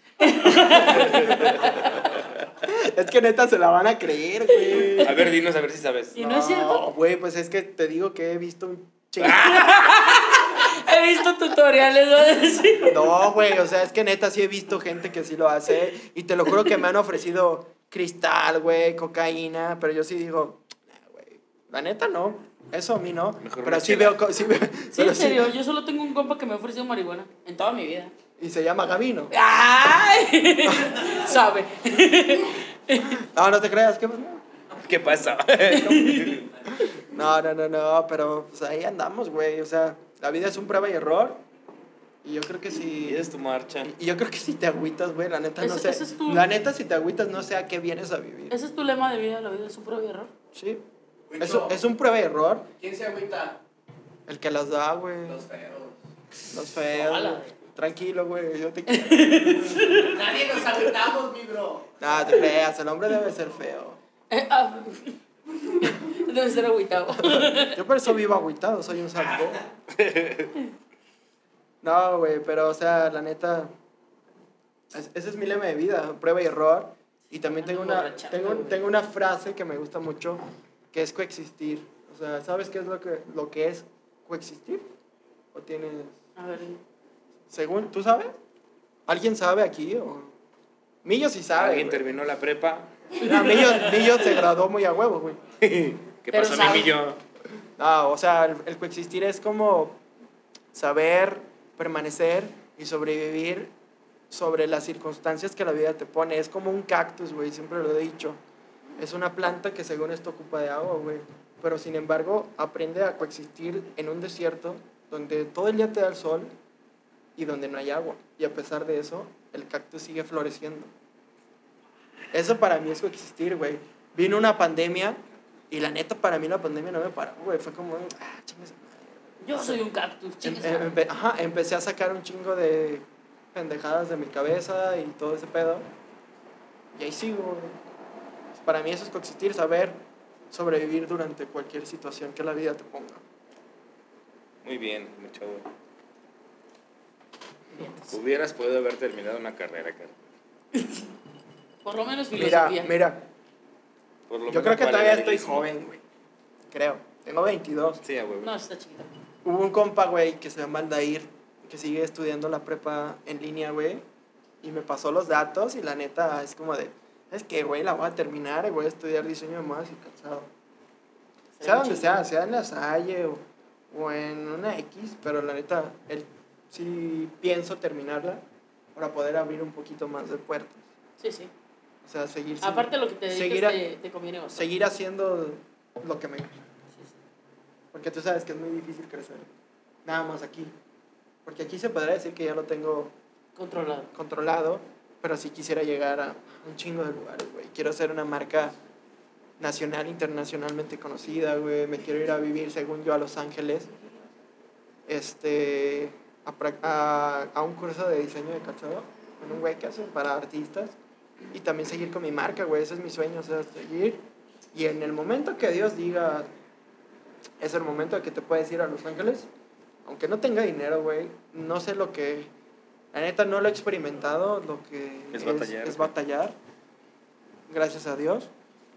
Es que neta se la van a creer, güey. A ver, dinos a ver si sabes. ¿Y no es cierto? güey, pues es que te digo que he visto un chingo. He visto tutoriales, voy a decir. No, güey, o sea, es que neta sí he visto gente que sí lo hace. Y te lo juro que me han ofrecido cristal, güey, cocaína. Pero yo sí digo, nah, güey, la neta no. Eso a mí no. Mejor Pero una sí chela. veo, co- sí veo. Sí, pero en serio, yo solo tengo un compa que me ha ofrecido marihuana en toda mi vida. Y se llama Gabino. ¡Ay! Sabe. No, no te creas, ¿qué pasó? ¿Qué pasa? No, no, no, no, pero pues ahí andamos, güey. O sea, la vida es un prueba y error. Y yo creo que Y si. es tu marcha. Y yo creo que si te agüitas, güey, la neta no Ese- sé. ese es tu- La neta, si te agüitas, no sé a qué vienes a vivir. Ese es tu lema de vida, la vida es un prueba y error. Sí. Wicho, Eso es un prueba y error. ¿Quién se agüita? El que las da, güey. Los feos. Los feos. Hola. güey. Tranquilo, güey, yo te quiero. Nadie nos agüitamos, mi bro. No, te creas, el hombre debe ser feo. Eh, ah, debe ser agüitado. Yo por eso vivo agüitado, soy un salvo. No, güey, pero o sea, la neta, es- ese es mi lema de vida, prueba y error. Y también tengo una, tengo, tengo una frase que me gusta mucho, que es coexistir. O sea, ¿sabes qué es lo que, lo que es coexistir? ¿O tienes, A ver, según, tú sabes? ¿Alguien sabe aquí? O... Millo sí sabe. ¿Alguien güey. terminó la prepa? No, Millo, Millo se graduó muy a huevo, güey. ¿Qué Pero pasó, sabe. mi millo? No, o sea, el, el coexistir es como saber permanecer y sobrevivir sobre las circunstancias que la vida te pone. Es como un cactus, güey, siempre lo he dicho. Es una planta que según esto ocupa de agua, güey. Pero sin embargo, aprende a coexistir en un desierto donde todo el día te da el sol y donde no hay agua. Y a pesar de eso, el cactus sigue floreciendo. Eso para mí es coexistir, güey. Vino una pandemia y la neta para mí la pandemia no me paró, güey. Fue como, ah, chingas. yo soy un cactus, Em- chingas. em- empe- ajá, empecé a sacar un chingo de pendejadas de mi cabeza y todo ese pedo. Y ahí sigo, güey. Para mí eso es coexistir, saber sobrevivir durante cualquier situación que la vida te ponga. Muy bien, mi chavo. Bien. Hubieras podido haber terminado una carrera, cara. Por lo menos Mira, filosofía. mira, Por lo yo menos creo que vale todavía la estoy misma. joven, güey. Creo. Tengo veintidós. Sí, a huevo. No, está chiquita. Hubo un compa, güey, que se llama Aldair, que sigue estudiando la prepa en línea, güey. Y me pasó los datos y la neta es como de, es que, güey, la voy a terminar y voy a estudiar diseño de modas y cansado. Sea donde sea, sea en la Salle o, o en una X, pero la neta, él, sí pienso terminarla para poder abrir un poquito más de puertas. Sí, sí. O sea, seguir, Aparte de lo que te seguir dediques, a- te, te conviene bastante. seguir haciendo lo que me gusta. Sí, sí. Porque tú sabes que es muy difícil crecer. Nada más aquí. Porque aquí se podría decir que ya lo tengo Controlado. controlado, pero sí quisiera llegar a un chingo de lugares, güey. Quiero hacer una marca nacional, internacionalmente conocida, güey. Me quiero ir a vivir, según yo, a Los Ángeles. Este, a, prac- a, a un curso de diseño de calzado, con un güey que hace para artistas. Y también seguir con mi marca, güey. Ese es mi sueño, o sea, seguir. Y en el momento que Dios diga, es el momento de que te puedes ir a Los Ángeles, aunque no tenga dinero, güey, no sé lo que... La neta no lo he experimentado, lo que Es batallar, es güey. batallar, gracias a Dios.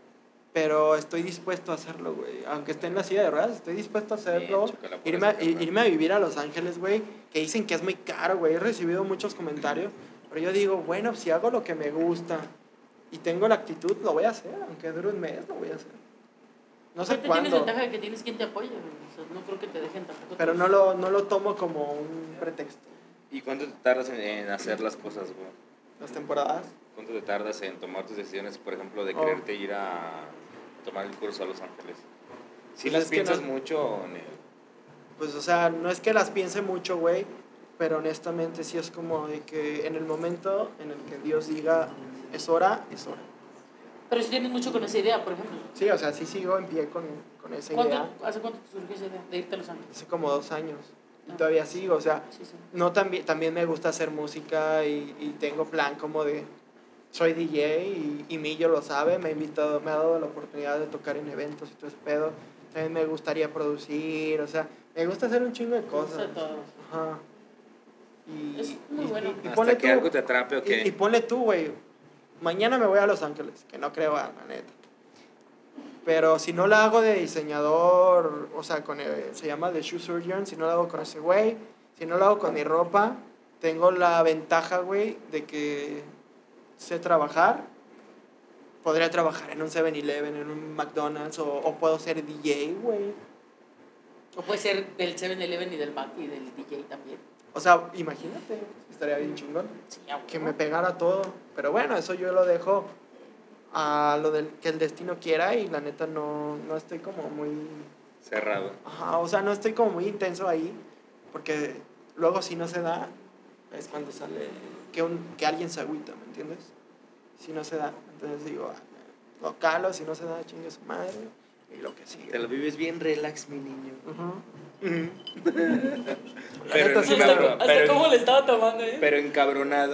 Pero estoy dispuesto a hacerlo, güey. Aunque esté en la silla de ruedas, estoy dispuesto a hacerlo. Bien, chócala por Irme a, eso, carnal. irme a vivir a Los Ángeles, güey, que dicen que es muy caro, güey. He recibido muchos comentarios, pero yo digo, bueno, si hago lo que me gusta y tengo la actitud, lo voy a hacer. Aunque dure un mes, lo voy a hacer. No sé Aparte cuándo, tienes ventaja de que tienes quien te apoye, güey. O sea, no creo que te dejen tampoco. pero tus- no lo, no lo tomo como un pretexto. ¿Y cuánto te tardas en, en hacer las cosas, güey? Las temporadas. ¿Cuánto te tardas en tomar tus decisiones, por ejemplo, de Oh. quererte ir a tomar el curso a Los Ángeles? ¿Sí Pues las es que piensas no- mucho en el... Pues, o sea, no es que las piense mucho, güey, pero honestamente sí es como de que en el momento en el que Dios diga es hora, es hora. Pero si tienes mucho con esa idea, por ejemplo. Sí, o sea, sí sigo en pie con, con esa idea. ¿Cuánto, ¿Hace cuánto te surgió esa idea de irte a Los Ángeles? Hace como dos años. Y Ah. todavía sigo, o sea, Sí, sí. no también, también me gusta hacer música y, y tengo plan como de... Soy D J y, y Millo lo sabe, me ha invitado, me ha dado la oportunidad de tocar en eventos y todo ese pedo. También me gustaría producir, o sea, me gusta hacer un chingo de Me gusta cosas. todo. Ajá. Y, Es muy y- bueno. y- y Hasta ponle que tú- algo te atrape o qué. Y, y ponle tú, güey. Mañana me voy a Los Ángeles, que no creo, ah, la neta. Pero si no la hago de diseñador, o sea, con el- se llama The Shoe Surgeon, si no la hago con ese güey, si no la hago con mi ropa, tengo la ventaja, güey, de que sé trabajar. Podría trabajar en un seven eleven, en un McDonald's, o, o puedo ser D J, güey. O puede ser del seven eleven y del Mac y del D J también. O sea, imagínate, estaría bien chingón. Sí, ya, Que huevo. me pegara todo. Pero bueno, eso yo lo dejo a lo del que el destino quiera y la neta no, no estoy como muy... Cerrado. Ajá, o sea, no estoy como muy intenso ahí, porque luego si no se da, es cuando sale que, un, que alguien se agüita, ¿me entiendes? Si no se da, entonces digo, ah, lo calo, si no se da, chingue su madre, y lo que sigue. Te lo vives bien relax, mi niño. Ujú. La Pero neta no sí me me- abro. Hasta pero- cómo le estaba tomando, ¿eh? Pero encabronado.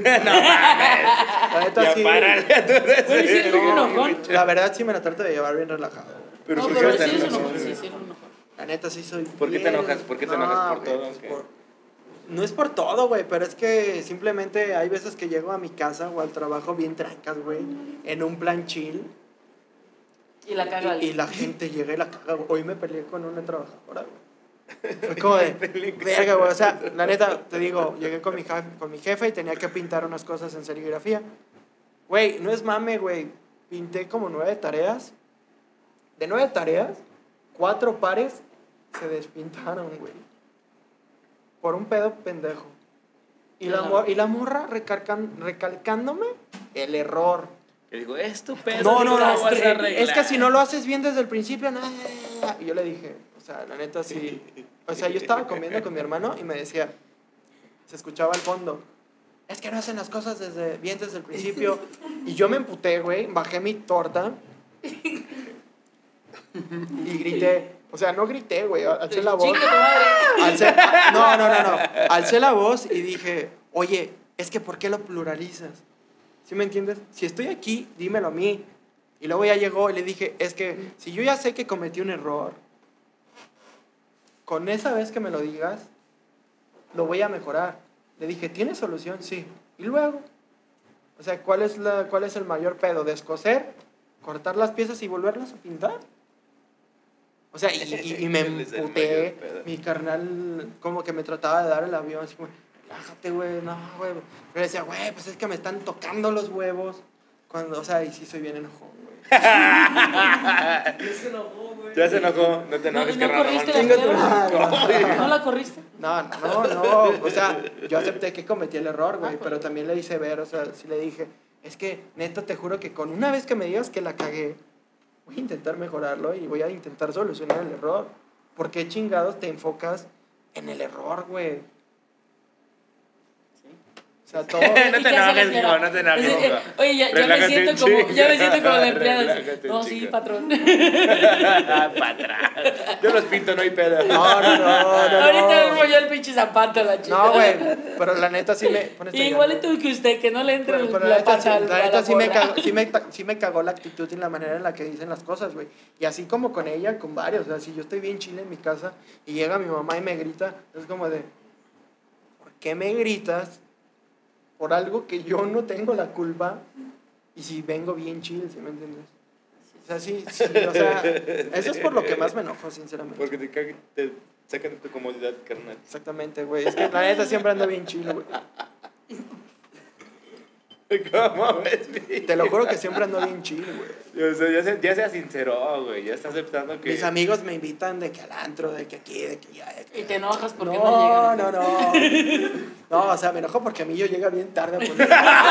la neta Ya sí. párale a todo eso. Güey, sí eres un No, enojón. la verdad sí me la trato de llevar bien relajado. Pero No, ¿por pero qué sí tan eres un enojado? enojón. Sí, sí eres un enojón. La neta sí soy ¿Por qué te bien- enojas? ¿Por qué te enojas? ¿Por güey, todo, pues o qué? por- No es por todo, güey, pero es que simplemente hay veces que llego a mi casa o al trabajo bien trancas, güey, en un plan chill. Y la caga Y, y la gente llega y la caga, güey. Hoy me peleé con una trabajadora, güey. Fue como de, verga, güey, o sea, la neta, te digo, llegué con mi, jefe, con mi jefe y tenía que pintar unas cosas en serigrafía. Güey, no es mame, güey, pinté como nueve tareas. De nueve tareas, cuatro pares se despintaron, güey. Por un pedo pendejo. Y la, mor- y la morra recarcan- recalcándome el error. Que digo, esto pedo. No, no, no, lo vas a arreglar. es que si no lo haces bien desde el principio, no. Y yo le dije, o sea, la neta sí. O sea, yo estaba comiendo con mi hermano y me decía, se escuchaba al fondo, es que no hacen las cosas desde, bien desde el principio. Y yo me emputé, güey, bajé mi torta y grité. O sea, no grité, güey, alcé la voz. Chinga tu madre. Alcé- no, no, no, no. Alcé la voz y dije, oye, es que ¿por qué lo pluralizas? ¿Sí me entiendes? Si estoy aquí, dímelo a mí. Y luego ya llegó y le dije, es que si yo ya sé que cometí un error, con esa vez que me lo digas, lo voy a mejorar. Le dije, ¿tienes solución? Sí. Y luego, o sea, ¿cuál es, la, cuál es el mayor pedo? ¿Descoser? ¿Cortar las piezas y volverlas a pintar? O sea, y, y- y me ¿Cuál es el emputé. mayor pedo? Mi carnal como que me trataba de dar el avión, así como, relájate, güey, no, güey. Pero decía, güey, pues es que me están tocando los huevos. Cuando, o sea, y sí soy bien enojón, güey. Se enojó, güey. Ya se enojó. No te No, enojes, no carnal, corriste no la Chinga tu señora. madre. ¿No la corriste? No, no, no, o sea, yo acepté que cometí el error, güey, Ah, pero pues. también le hice ver, o sea, sí le dije, es que, neta, te juro que con una vez que me digas que la cagué, voy a intentar mejorarlo y voy a intentar solucionar el error. ¿Por qué chingados te enfocas en el error, güey? Sí. O sea, todo... No ¿Y te qué hace la enojes, señora? hijo, no te enojes, Dice, hijo. Oye, ya, ya me Relájate siento un como, chingo. ya me siento como la empleada. Relájate un No, sí, chingo. patrón. Para atrás. Yo los pinto, no hay pedo. No, no, no, no, Ahorita no. me yo el pinche zapato la chica. No, güey, pero la neta sí me... pon esta Igualito llave. que usted, que no le entre Pero, pero la la neta, sí, pata al- la a neta la sí, me morra. cagó, sí, me, sí me cagó la actitud y la manera en la que dicen las cosas, güey. Y así como con ella, con varios. O sea, si yo estoy bien chile en mi casa y llega mi mamá y me grita, es como de, ¿por qué me gritas por algo que yo no tengo la culpa? Y si vengo bien chile, ¿sí me entiendes? O sea, sí, sí, o sea, eso es por lo que más me enojo, sinceramente. Porque te, cague- te sacan de tu comodidad, carnal. Exactamente, güey. Es que la neta siempre ando bien chile, güey. ¿Cómo ves, mi? Te lo juro que siempre ando bien chile, güey. O sea, ya, se, ya sea sincero, güey. Ya está aceptando que. Mis amigos me invitan de que al antro, de que aquí, de que allá, de que Y te enojas porque no, no, no, llegan. no. No, o sea, me enojo porque a mí yo llega bien tarde. Pues.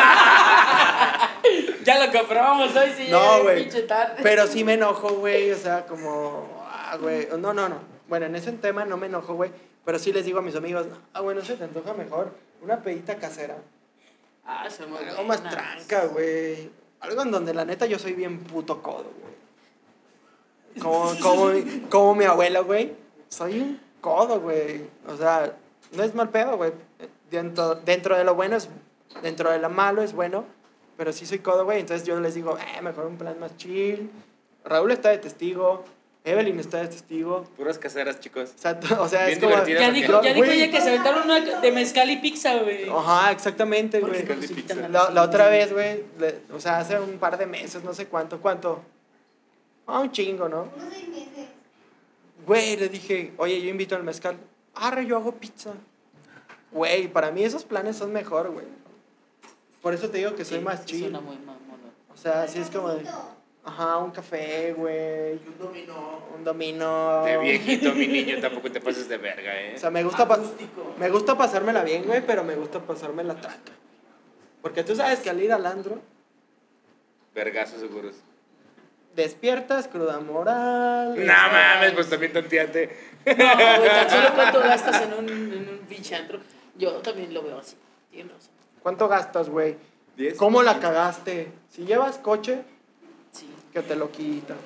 Ya lo comprobamos hoy, sí. No, llega güey. pinche tarde. Pero sí me enojo, güey. O sea, como, ah, güey. No, no, no. Bueno, en ese tema no me enojo, güey. Pero sí les digo a mis amigos, ah, bueno, se te antoja mejor una pedita casera. Ah, se me Algo más tranca, güey. Algo en donde la neta yo soy bien puto codo, güey. Como, como, mi- como mi abuela, güey. Soy un codo, güey. O sea, no es mal pedo, güey. Dentro, dentro de lo bueno es... Dentro de lo malo es bueno. Pero sí soy codo, güey. Entonces yo les digo, eh, mejor un plan más chill. Raúl está de testigo. Evelyn está de testigo. Puras caseras, chicos. O sea, t- o sea Bien es como... divertidas. Ya ¿o qué? dijo, ya dijo Güey. ella que se aventaron una de mezcal y pizza, güey. Ajá, exactamente, ¿Por qué güey. no nos invitan a La, los la otra cines? vez, güey, le- o sea, hace un par de meses, no sé cuánto, ¿cuánto? Ah, un chingo, ¿no? Unos seis meses. Güey, le dije, oye, yo invito al mezcal. Arre, yo hago pizza. Güey, para mí esos planes son mejor, güey. Por eso te digo que soy Sí, más sí chill. suena muy mamón. O sea, así es como de, ajá, un café, güey, Y un dominó. un dominó. De viejito, mi niño, tampoco te pases de verga, ¿eh? O sea, me gusta, pa- Acústico. me gusta pasármela bien, güey, pero me gusta pasármela tranca. Porque tú sabes que al ir al andro, Vergazos seguros. despiertas, cruda moral. No mames, pues también tanteate. No, güey, tan solo cuánto gastas en un, en un pinche antro. Yo también lo veo así. Tienes razón. ¿Cuánto gastas, güey? ¿Diez? ¿Cómo la cagaste? Si llevas coche, Sí. que te lo quitan.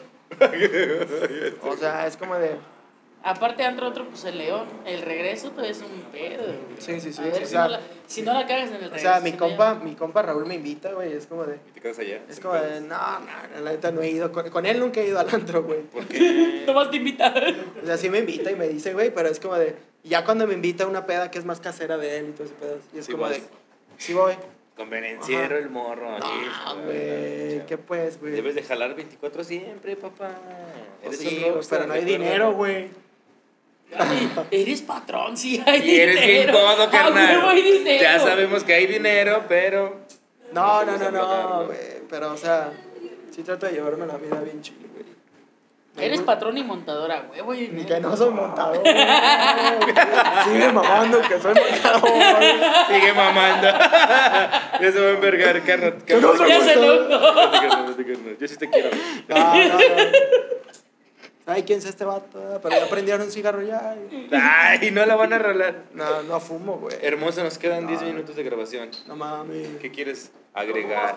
O sea, es como de... Aparte, antro otro, pues el León. El regreso, pues es un pedo, güey. Sí, sí, sí, A ver o si, sea- no la, si no la cagas en el regreso. O sea, mi se compa, me- mi compa Raúl me invita, güey, es como de... ¿Y te quedas allá? Es como de, no, no, la neta no he ido. Con, con él nunca he ido al antro, güey. ¿Por qué? Nomás te invita. O sea, sí me invita y me dice, güey, pero es como de... Ya cuando me invita a una peda que es más casera de él y todo ese pedo. Y es Sí como vas. de... Sí voy. Convenenciero Ajá. el morro. No, hijo, güey, ¿qué pues, güey? Debes de jalar veinticuatro siempre, papá. Pues Eres sí, un güey, pero no hay recuérdalo. dinero, güey. Ay, eres patrón, sí hay Y eres bien dinero. codo, A carnal. huevo hay dinero. Ya sabemos que hay dinero, pero... No, no, Vamos no, a no, pagarlo. güey. Pero, o sea, sí trato de llevarme la vida bien chido, güey. Me Eres gu- patrón y montadora, huevo hay Ni dinero. que no soy montador. güey. Sigue mamando que soy montador. Sigue mamando. Ya se va a envergar, carnal. Que no soy Ya se montador. enojó. Vete, carnal, vete, carnal. Yo sí te quiero. No, no, no. ¿Sabe quién es este vato? Pero ya prendieron un cigarro ya. y- Ay, no la van a rolar. No, no fumo, güey. Hermoso, nos quedan diez minutos de grabación. No mames. ¿Qué quieres agregar?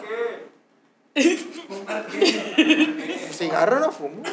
Cigarro no fumo.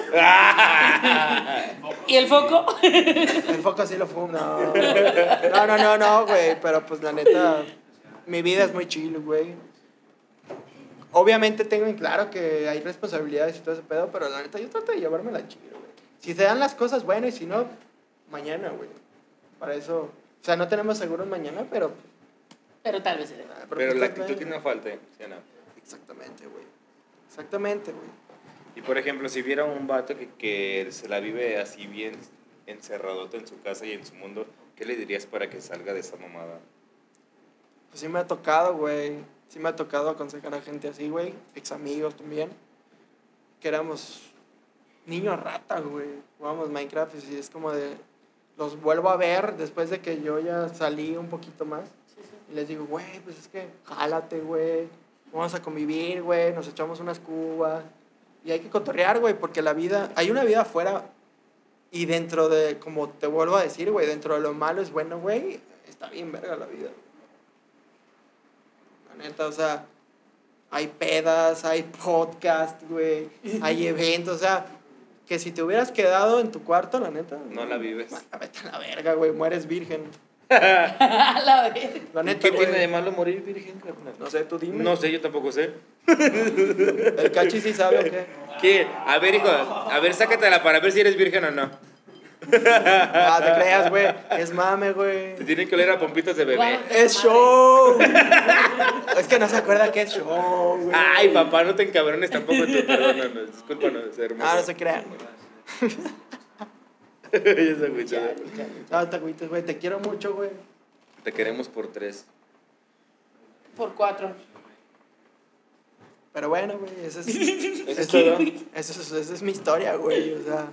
¿Y el foco? El foco sí lo fumo. No, no, no, no, no, güey. Pero pues la neta, mi vida es muy chill, güey. Obviamente tengo en claro que hay responsabilidades y todo ese pedo, pero la neta yo trato de llevármela chill, güey. Si se dan las cosas buenas y si no, mañana, güey. Para eso, o sea, no tenemos seguros mañana, pero... Pero tal vez se dé. ah, Pero pues, la está actitud bien. que no falta, ¿eh? ¿Sí o no? Exactamente, güey. Exactamente, güey. Y por ejemplo, si viera un vato que, que se la vive así bien encerradote en su casa y en su mundo, ¿qué le dirías para que salga de esa mamada? Pues sí me ha tocado, güey. Sí me ha tocado aconsejar a gente así, güey. Ex amigos también. Que éramos niños rata, güey. Jugábamos Minecraft y sí, es como de... Los vuelvo a ver después de que yo ya salí un poquito más. Y les digo, güey, pues es que jálate, güey. Vamos a convivir, güey. Nos echamos unas cubas. Y hay que cotorrear, güey, porque la vida... Hay una vida afuera. Y dentro de, como te vuelvo a decir, güey, dentro de lo malo es bueno, güey. Está bien verga la vida. neta, o sea, hay pedas, hay podcast, güey, hay eventos, o sea, que si te hubieras quedado en tu cuarto, la neta. No la vives. Ah, vete a la verga, güey, mueres virgen. A la vez. La neta, ¿Qué güey. tiene de malo morir virgen, carnal? No sé, tú dime. No sé, yo tampoco sé. ¿El cachi sí sabe o qué? ¿Qué? A ver, hijo, a ver, sácatela para ver si eres virgen o no. Ah, te creas, güey. Es mame, güey. Te tienen que oler a pompitas de bebé. Es show. Es que no se acuerda que es show, güey. Ay, papá, no te encabrones tampoco tú, perdónanos. Discúlpanos, hermoso. Ah, no se crean. Ya se agüitó. No, te agüites, güey. Te quiero mucho, güey. Te queremos por tres. Por cuatro. Pero bueno, güey, eso es. ¿Eso es eso, todo? eso es, esa es mi historia, güey. O sea.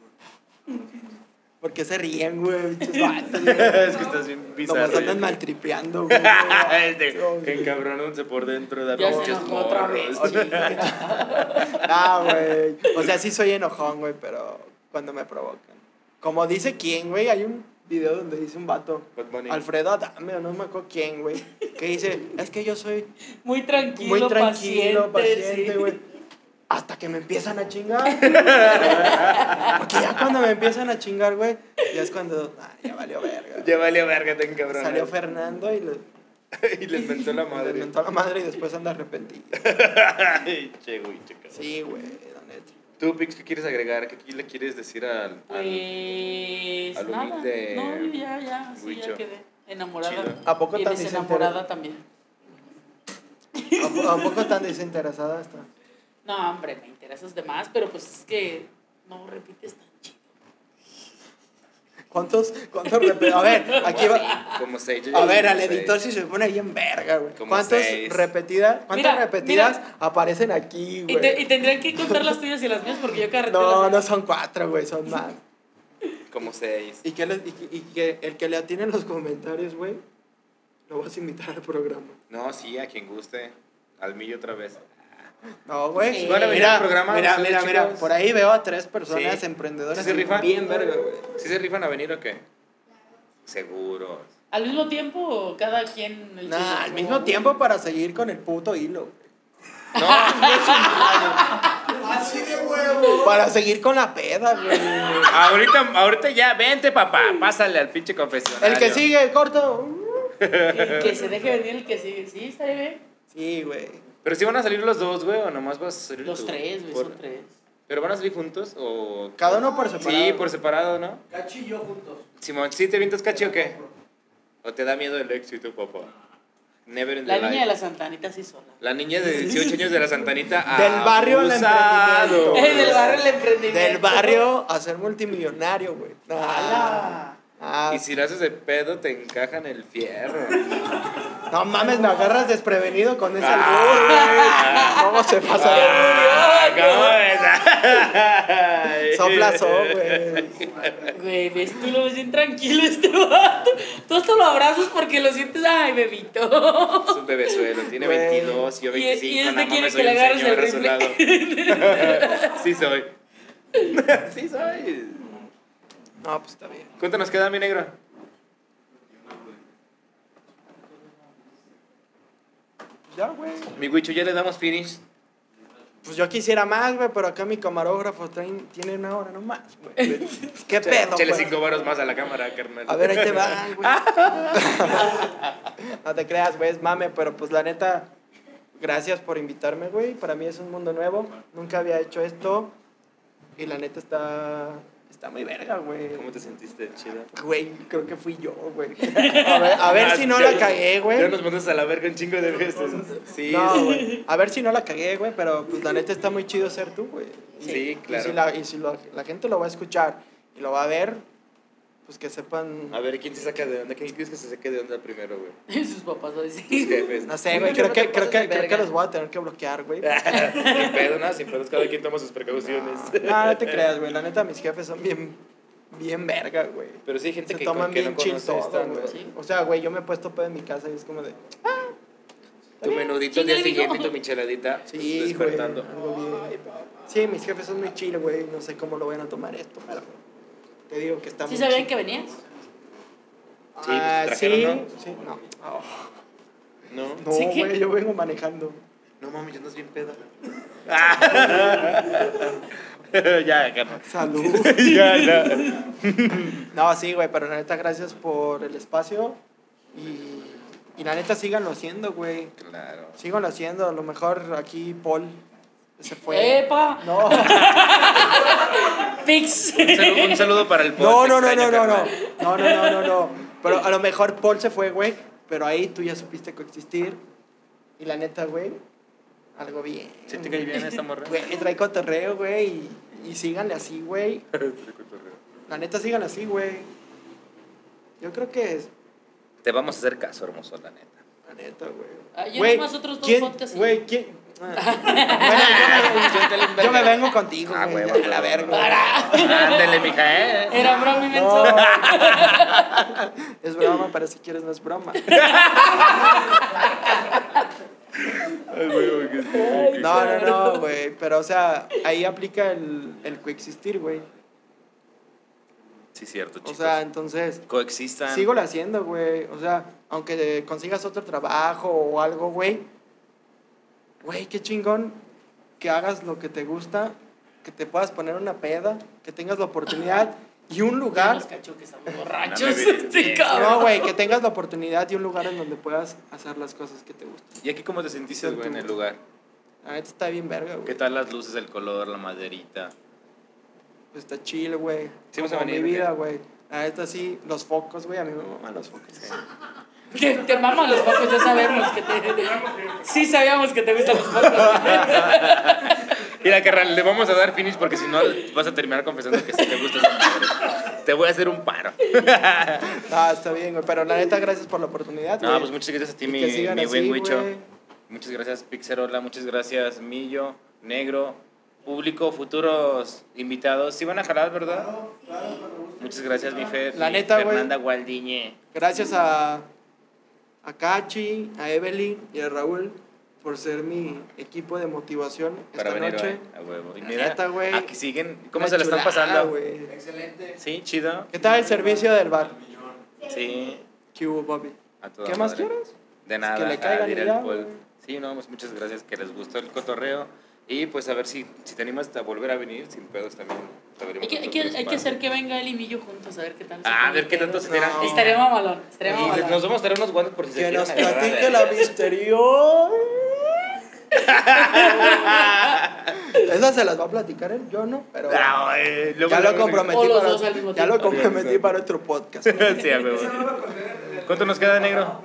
¿Por qué se ríen, güey? Bichos vatos, güey. Es que estás bien Nomás bizarro. andan maltripeando, güey. Este, encabronándose por dentro de Ya se pinches enojó otra morros. vez. Ah, güey. O sea, sí soy enojón, güey, pero cuando me provocan. Como dice quién, güey, hay un video donde dice un vato, Bad Bunny. Alfredo Adame, o no me acuerdo quién, güey, que dice, es que yo soy Muy tranquilo, muy tranquilo, paciente, paciente, sí. güey. Hasta que me empiezan a chingar. Porque ya cuando me empiezan a chingar, güey, ya es cuando, ah, ya valió verga. Ya valió verga, te encabronaste. Salió Fernando y le, Y les mentó la le madre. mentó a la madre y después anda arrepentido. Ay, che, güey, che, cabrón. Sí, güey, la neta. ¿Tú, Pix, qué quieres agregar? ¿Qué le quieres decir al, al Pues al nada. humilde No, yo ya, ya, sí, Huicho? ya quedé enamorada. Chido. ¿A poco Y tan desenamorada también. ¿A, po- ¿A poco tan desinteresada está? No, hombre, me interesas de más, pero pues es que no repites tan chido. ¿Cuántos, cuántos repe- A ver, aquí va. Como seis. yo A ya ver, dije al seis. editor si se pone bien verga, güey. Como ¿Cuántos seis. repetidas, cuántas Mira, repetidas mira. aparecen aquí, Y, güey? te- y tendrían que contar las tuyas y las mías porque yo cada rato No, las- no son cuatro, güey, son más. Como seis. Y que, le- y, que- y que el que le atine en los comentarios, güey, lo vas a invitar al programa. No, sí, a quien guste. Al millo otra vez. No, güey. Sí. ¿Van a venir Mira, al programa mira, ustedes, mira, mira, chicos? por ahí veo a tres personas Sí. emprendedoras ¿Sí se rifan? bien verga, güey. ¿Sí se rifan a venir o qué? Seguros. ¿Al mismo tiempo o cada quien? el Nah, suyo? al mismo tiempo para seguir con el puto hilo. No, Así de huevo. Para seguir con la peda, güey. ahorita, ahorita ya, vente, papá. Pásale al pinche confesionario. El que sigue, corto. Y que se deje venir el que sigue. Sí, está bien. Sí, güey. Pero si van a salir los dos, güey, o nomás vas a salir Los tú? tres, güey, Por- son tres. ¿Pero van a salir juntos o...? Cada uno por separado. Sí, por separado, ¿no? Cachi y yo juntos. Simón, ¿sí te vientas cachi o qué? ¿O te da miedo el éxito, papá? Never in the La life. niña de la Santanita sí sola. La niña de dieciocho años de la Santanita. Del barrio al abusado. emprendimiento. Eh, del barrio el emprendimiento. Del barrio a ser multimillonario, güey. ¡Hala! Ah, Y si lo haces de pedo, te encajan el fierro. no mames, me agarras desprevenido con ese Ah. albur, güey. ¿Cómo se pasa? Ah, ¿cómo es? Soplazó, güey. Güey, ves, tú lo ves bien tranquilo este vato. Tú hasta lo abrazas porque lo sientes, ay, bebito. Es un bebezuelo, tiene Güey. veintidós, yo Y- y veinticinco, este no quiere mames, que soy le un agarres señor el a su rifle. lado. Sí soy. Sí soy. No, pues está bien. ¿Cuánto nos queda, mi negro? Ya, güey. Mi Huicho, ya le damos finish. Pues yo quisiera más, güey, pero acá mi camarógrafo traen- tiene una hora nomás, güey. ¿Qué pedo, Chele güey? cinco varos más a la cámara, carnal. A ver, ahí te va, güey. No te creas, güey, es mame, pero pues la neta, gracias por invitarme, güey. Para mí es un mundo nuevo. Nunca había hecho esto. Y la neta está. Está muy verga, güey. ¿Cómo te sentiste, chido? Güey, creo que fui yo, güey. A ver, a ver si no la cagué, Ya güey. nos mandas a la verga un chingo de veces. Sí. No, güey. A ver si no la cagué, güey, pero pues la neta está muy chido ser tú, güey. Sí, Y claro. si, la, y si lo- la gente lo va a escuchar y lo va a ver, pues que sepan. A ver, ¿quién se saca de onda? ¿Quién crees que se saque de onda primero, güey? Sus papás lo dicen. Tus jefes. No sé, güey, Mucho creo no que, te creo, pases que, de creo que verga. los voy a tener que bloquear, güey. Sin pedo, nada, sin pedos, cada quien toma sus precauciones. No, no te creas, güey. La neta, mis jefes son bien, bien verga, güey. Pero sí hay gente Se que, toman que bien no chill conoce todo, estando. güey. Sí. O sea, güey, yo me he puesto pedo en mi casa y es como de... Tu menudito al día Chíngale, siguiente y mijo. tu micheladita Sí, güey. despertando. Algo bien. Sí, mis jefes son muy chill, güey. No sé cómo lo van a tomar esto, pero... Te digo que está ¿Sí muy sabían chill. que venías? Ah, trajeron, sí, ¿no? sí, no. Oh. No. No, ¿Sí que? güey, yo vengo manejando. No mami, ya andas bien pedo. Ya, carnal. Salud. Ya, ya. No, sí, güey, pero la neta, gracias por el espacio. Y, y la neta, síganlo haciendo, güey. Claro. Síganlo haciendo. A lo mejor aquí Paul se fue. ¡Epa! No, Pix. Un saludo, un saludo para el no, pod, no, te no, no, extraño, no, no. carnal. No, no, no, no, no. Pero a lo mejor Paul se fue, güey. Pero ahí tú ya supiste coexistir. Y la neta, güey, algo bien. ¿Sí te cae bien esta morra? Güey, trae cotorreo, güey. Y, y síganle así, güey. La neta, síganle así, güey. Yo creo que es. Te vamos a hacer caso, hermoso, la neta. La neta, güey. Ah, yo Güey, nomás otros dos ¿quién- podcasts y- Güey, ¿quién? Ah. Bueno, yo, me, yo me vengo contigo, Ah, güey. huevo, a la huevo. verga. Ándale, mija, eh. Era broma inmenso. No. Es broma, pero si quieres no es broma. No, no, no, güey. Pero, o sea, ahí aplica el, el coexistir, güey. Sí, cierto, O chicos. sea, entonces, Coexistan. sígolo haciendo, güey. O sea, aunque consigas otro trabajo o algo, güey. Güey, qué chingón que hagas lo que te gusta, que te puedas poner una peda, que tengas la oportunidad y un Ya lugar. nos cachó que estamos borrachos. No me Este viste. No, cabrón. güey, que tengas la oportunidad y un lugar en donde puedas hacer las cosas que te gustan. ¿Y aquí cómo te sentiste, güey, en el lugar? La neta está bien verga, güey. ¿Qué tal las luces, el color, la maderita? Pues está chill, güey. ¿Sí vas a Como venir, mi o qué? vida, güey. La neta sí, los focos, güey, a mí me maman los focos. Te, te maman los focos, ya sabemos que te. Sí, sabíamos que te gustan los focos. Mira, carnal, le vamos a dar finish porque si no vas a terminar confesando que sí te gusta esa madre. Te voy a hacer un paro. Ah, está bien, güey. Pero la neta, gracias por la oportunidad, güey. No, pues muchas gracias a ti, Y mi, que sigan mi así, buen Huicho. güey. Muchas gracias, Pixerola. Muchas gracias, Millo, Negro, público, futuros invitados. ¿Sí van a jalar, verdad? Muchas gracias, mi Fer. La mi neta, güey. Fernanda Gualdiñe. Gracias a, a Cachi, a Evelyn y a Raúl por ser mi equipo de motivación Para esta venir noche. hoy, a huevo. Y La mira, neta, güey. aquí siguen. ¿Cómo Una se la están chulada, pasando? güey. Excelente. Sí, chido. ¿Qué tal el servicio del bar? Sí. ¿Qué hubo, papi? A toda ¿Qué más madre. quieres? De nada. que le caigan a y Direl ya, Paul. güey. Sí, no, pues muchas gracias que les gustó el cotorreo. Y pues a ver si, si te animas a volver a venir, sin pedos también. te abrimos Hay que, hay, otros que, tres hay que paros. hacer que venga él y Millo juntos a ver qué tal. se Ah, a pone ver qué pedo. tanto se No. tiran. Estaría mamalón. Estaría Y les- mamalón. nos vamos a traer unos guantes por si se Que quieren nos agarrar, platique eh. la misterio. Esa se las va a platicar él, yo no, pero Ah, güey, luego- ya lo luego- comprometí O los para, dos al mismo ya lo tiempo. comprometí para otro podcast. Sí, a huevo. ¿Cuánto nos queda, negro?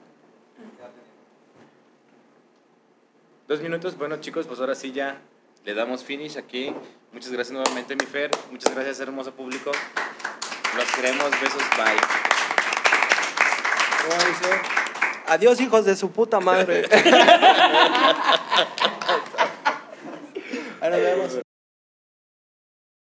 Dos minutos. Bueno, chicos, pues ahora sí ya le damos finish aquí. Muchas gracias nuevamente, mi Fer. Muchas gracias, hermoso público. Los queremos. Besos. Bye. Como dice, adiós, hijos de su puta madre. Ahí nos vemos.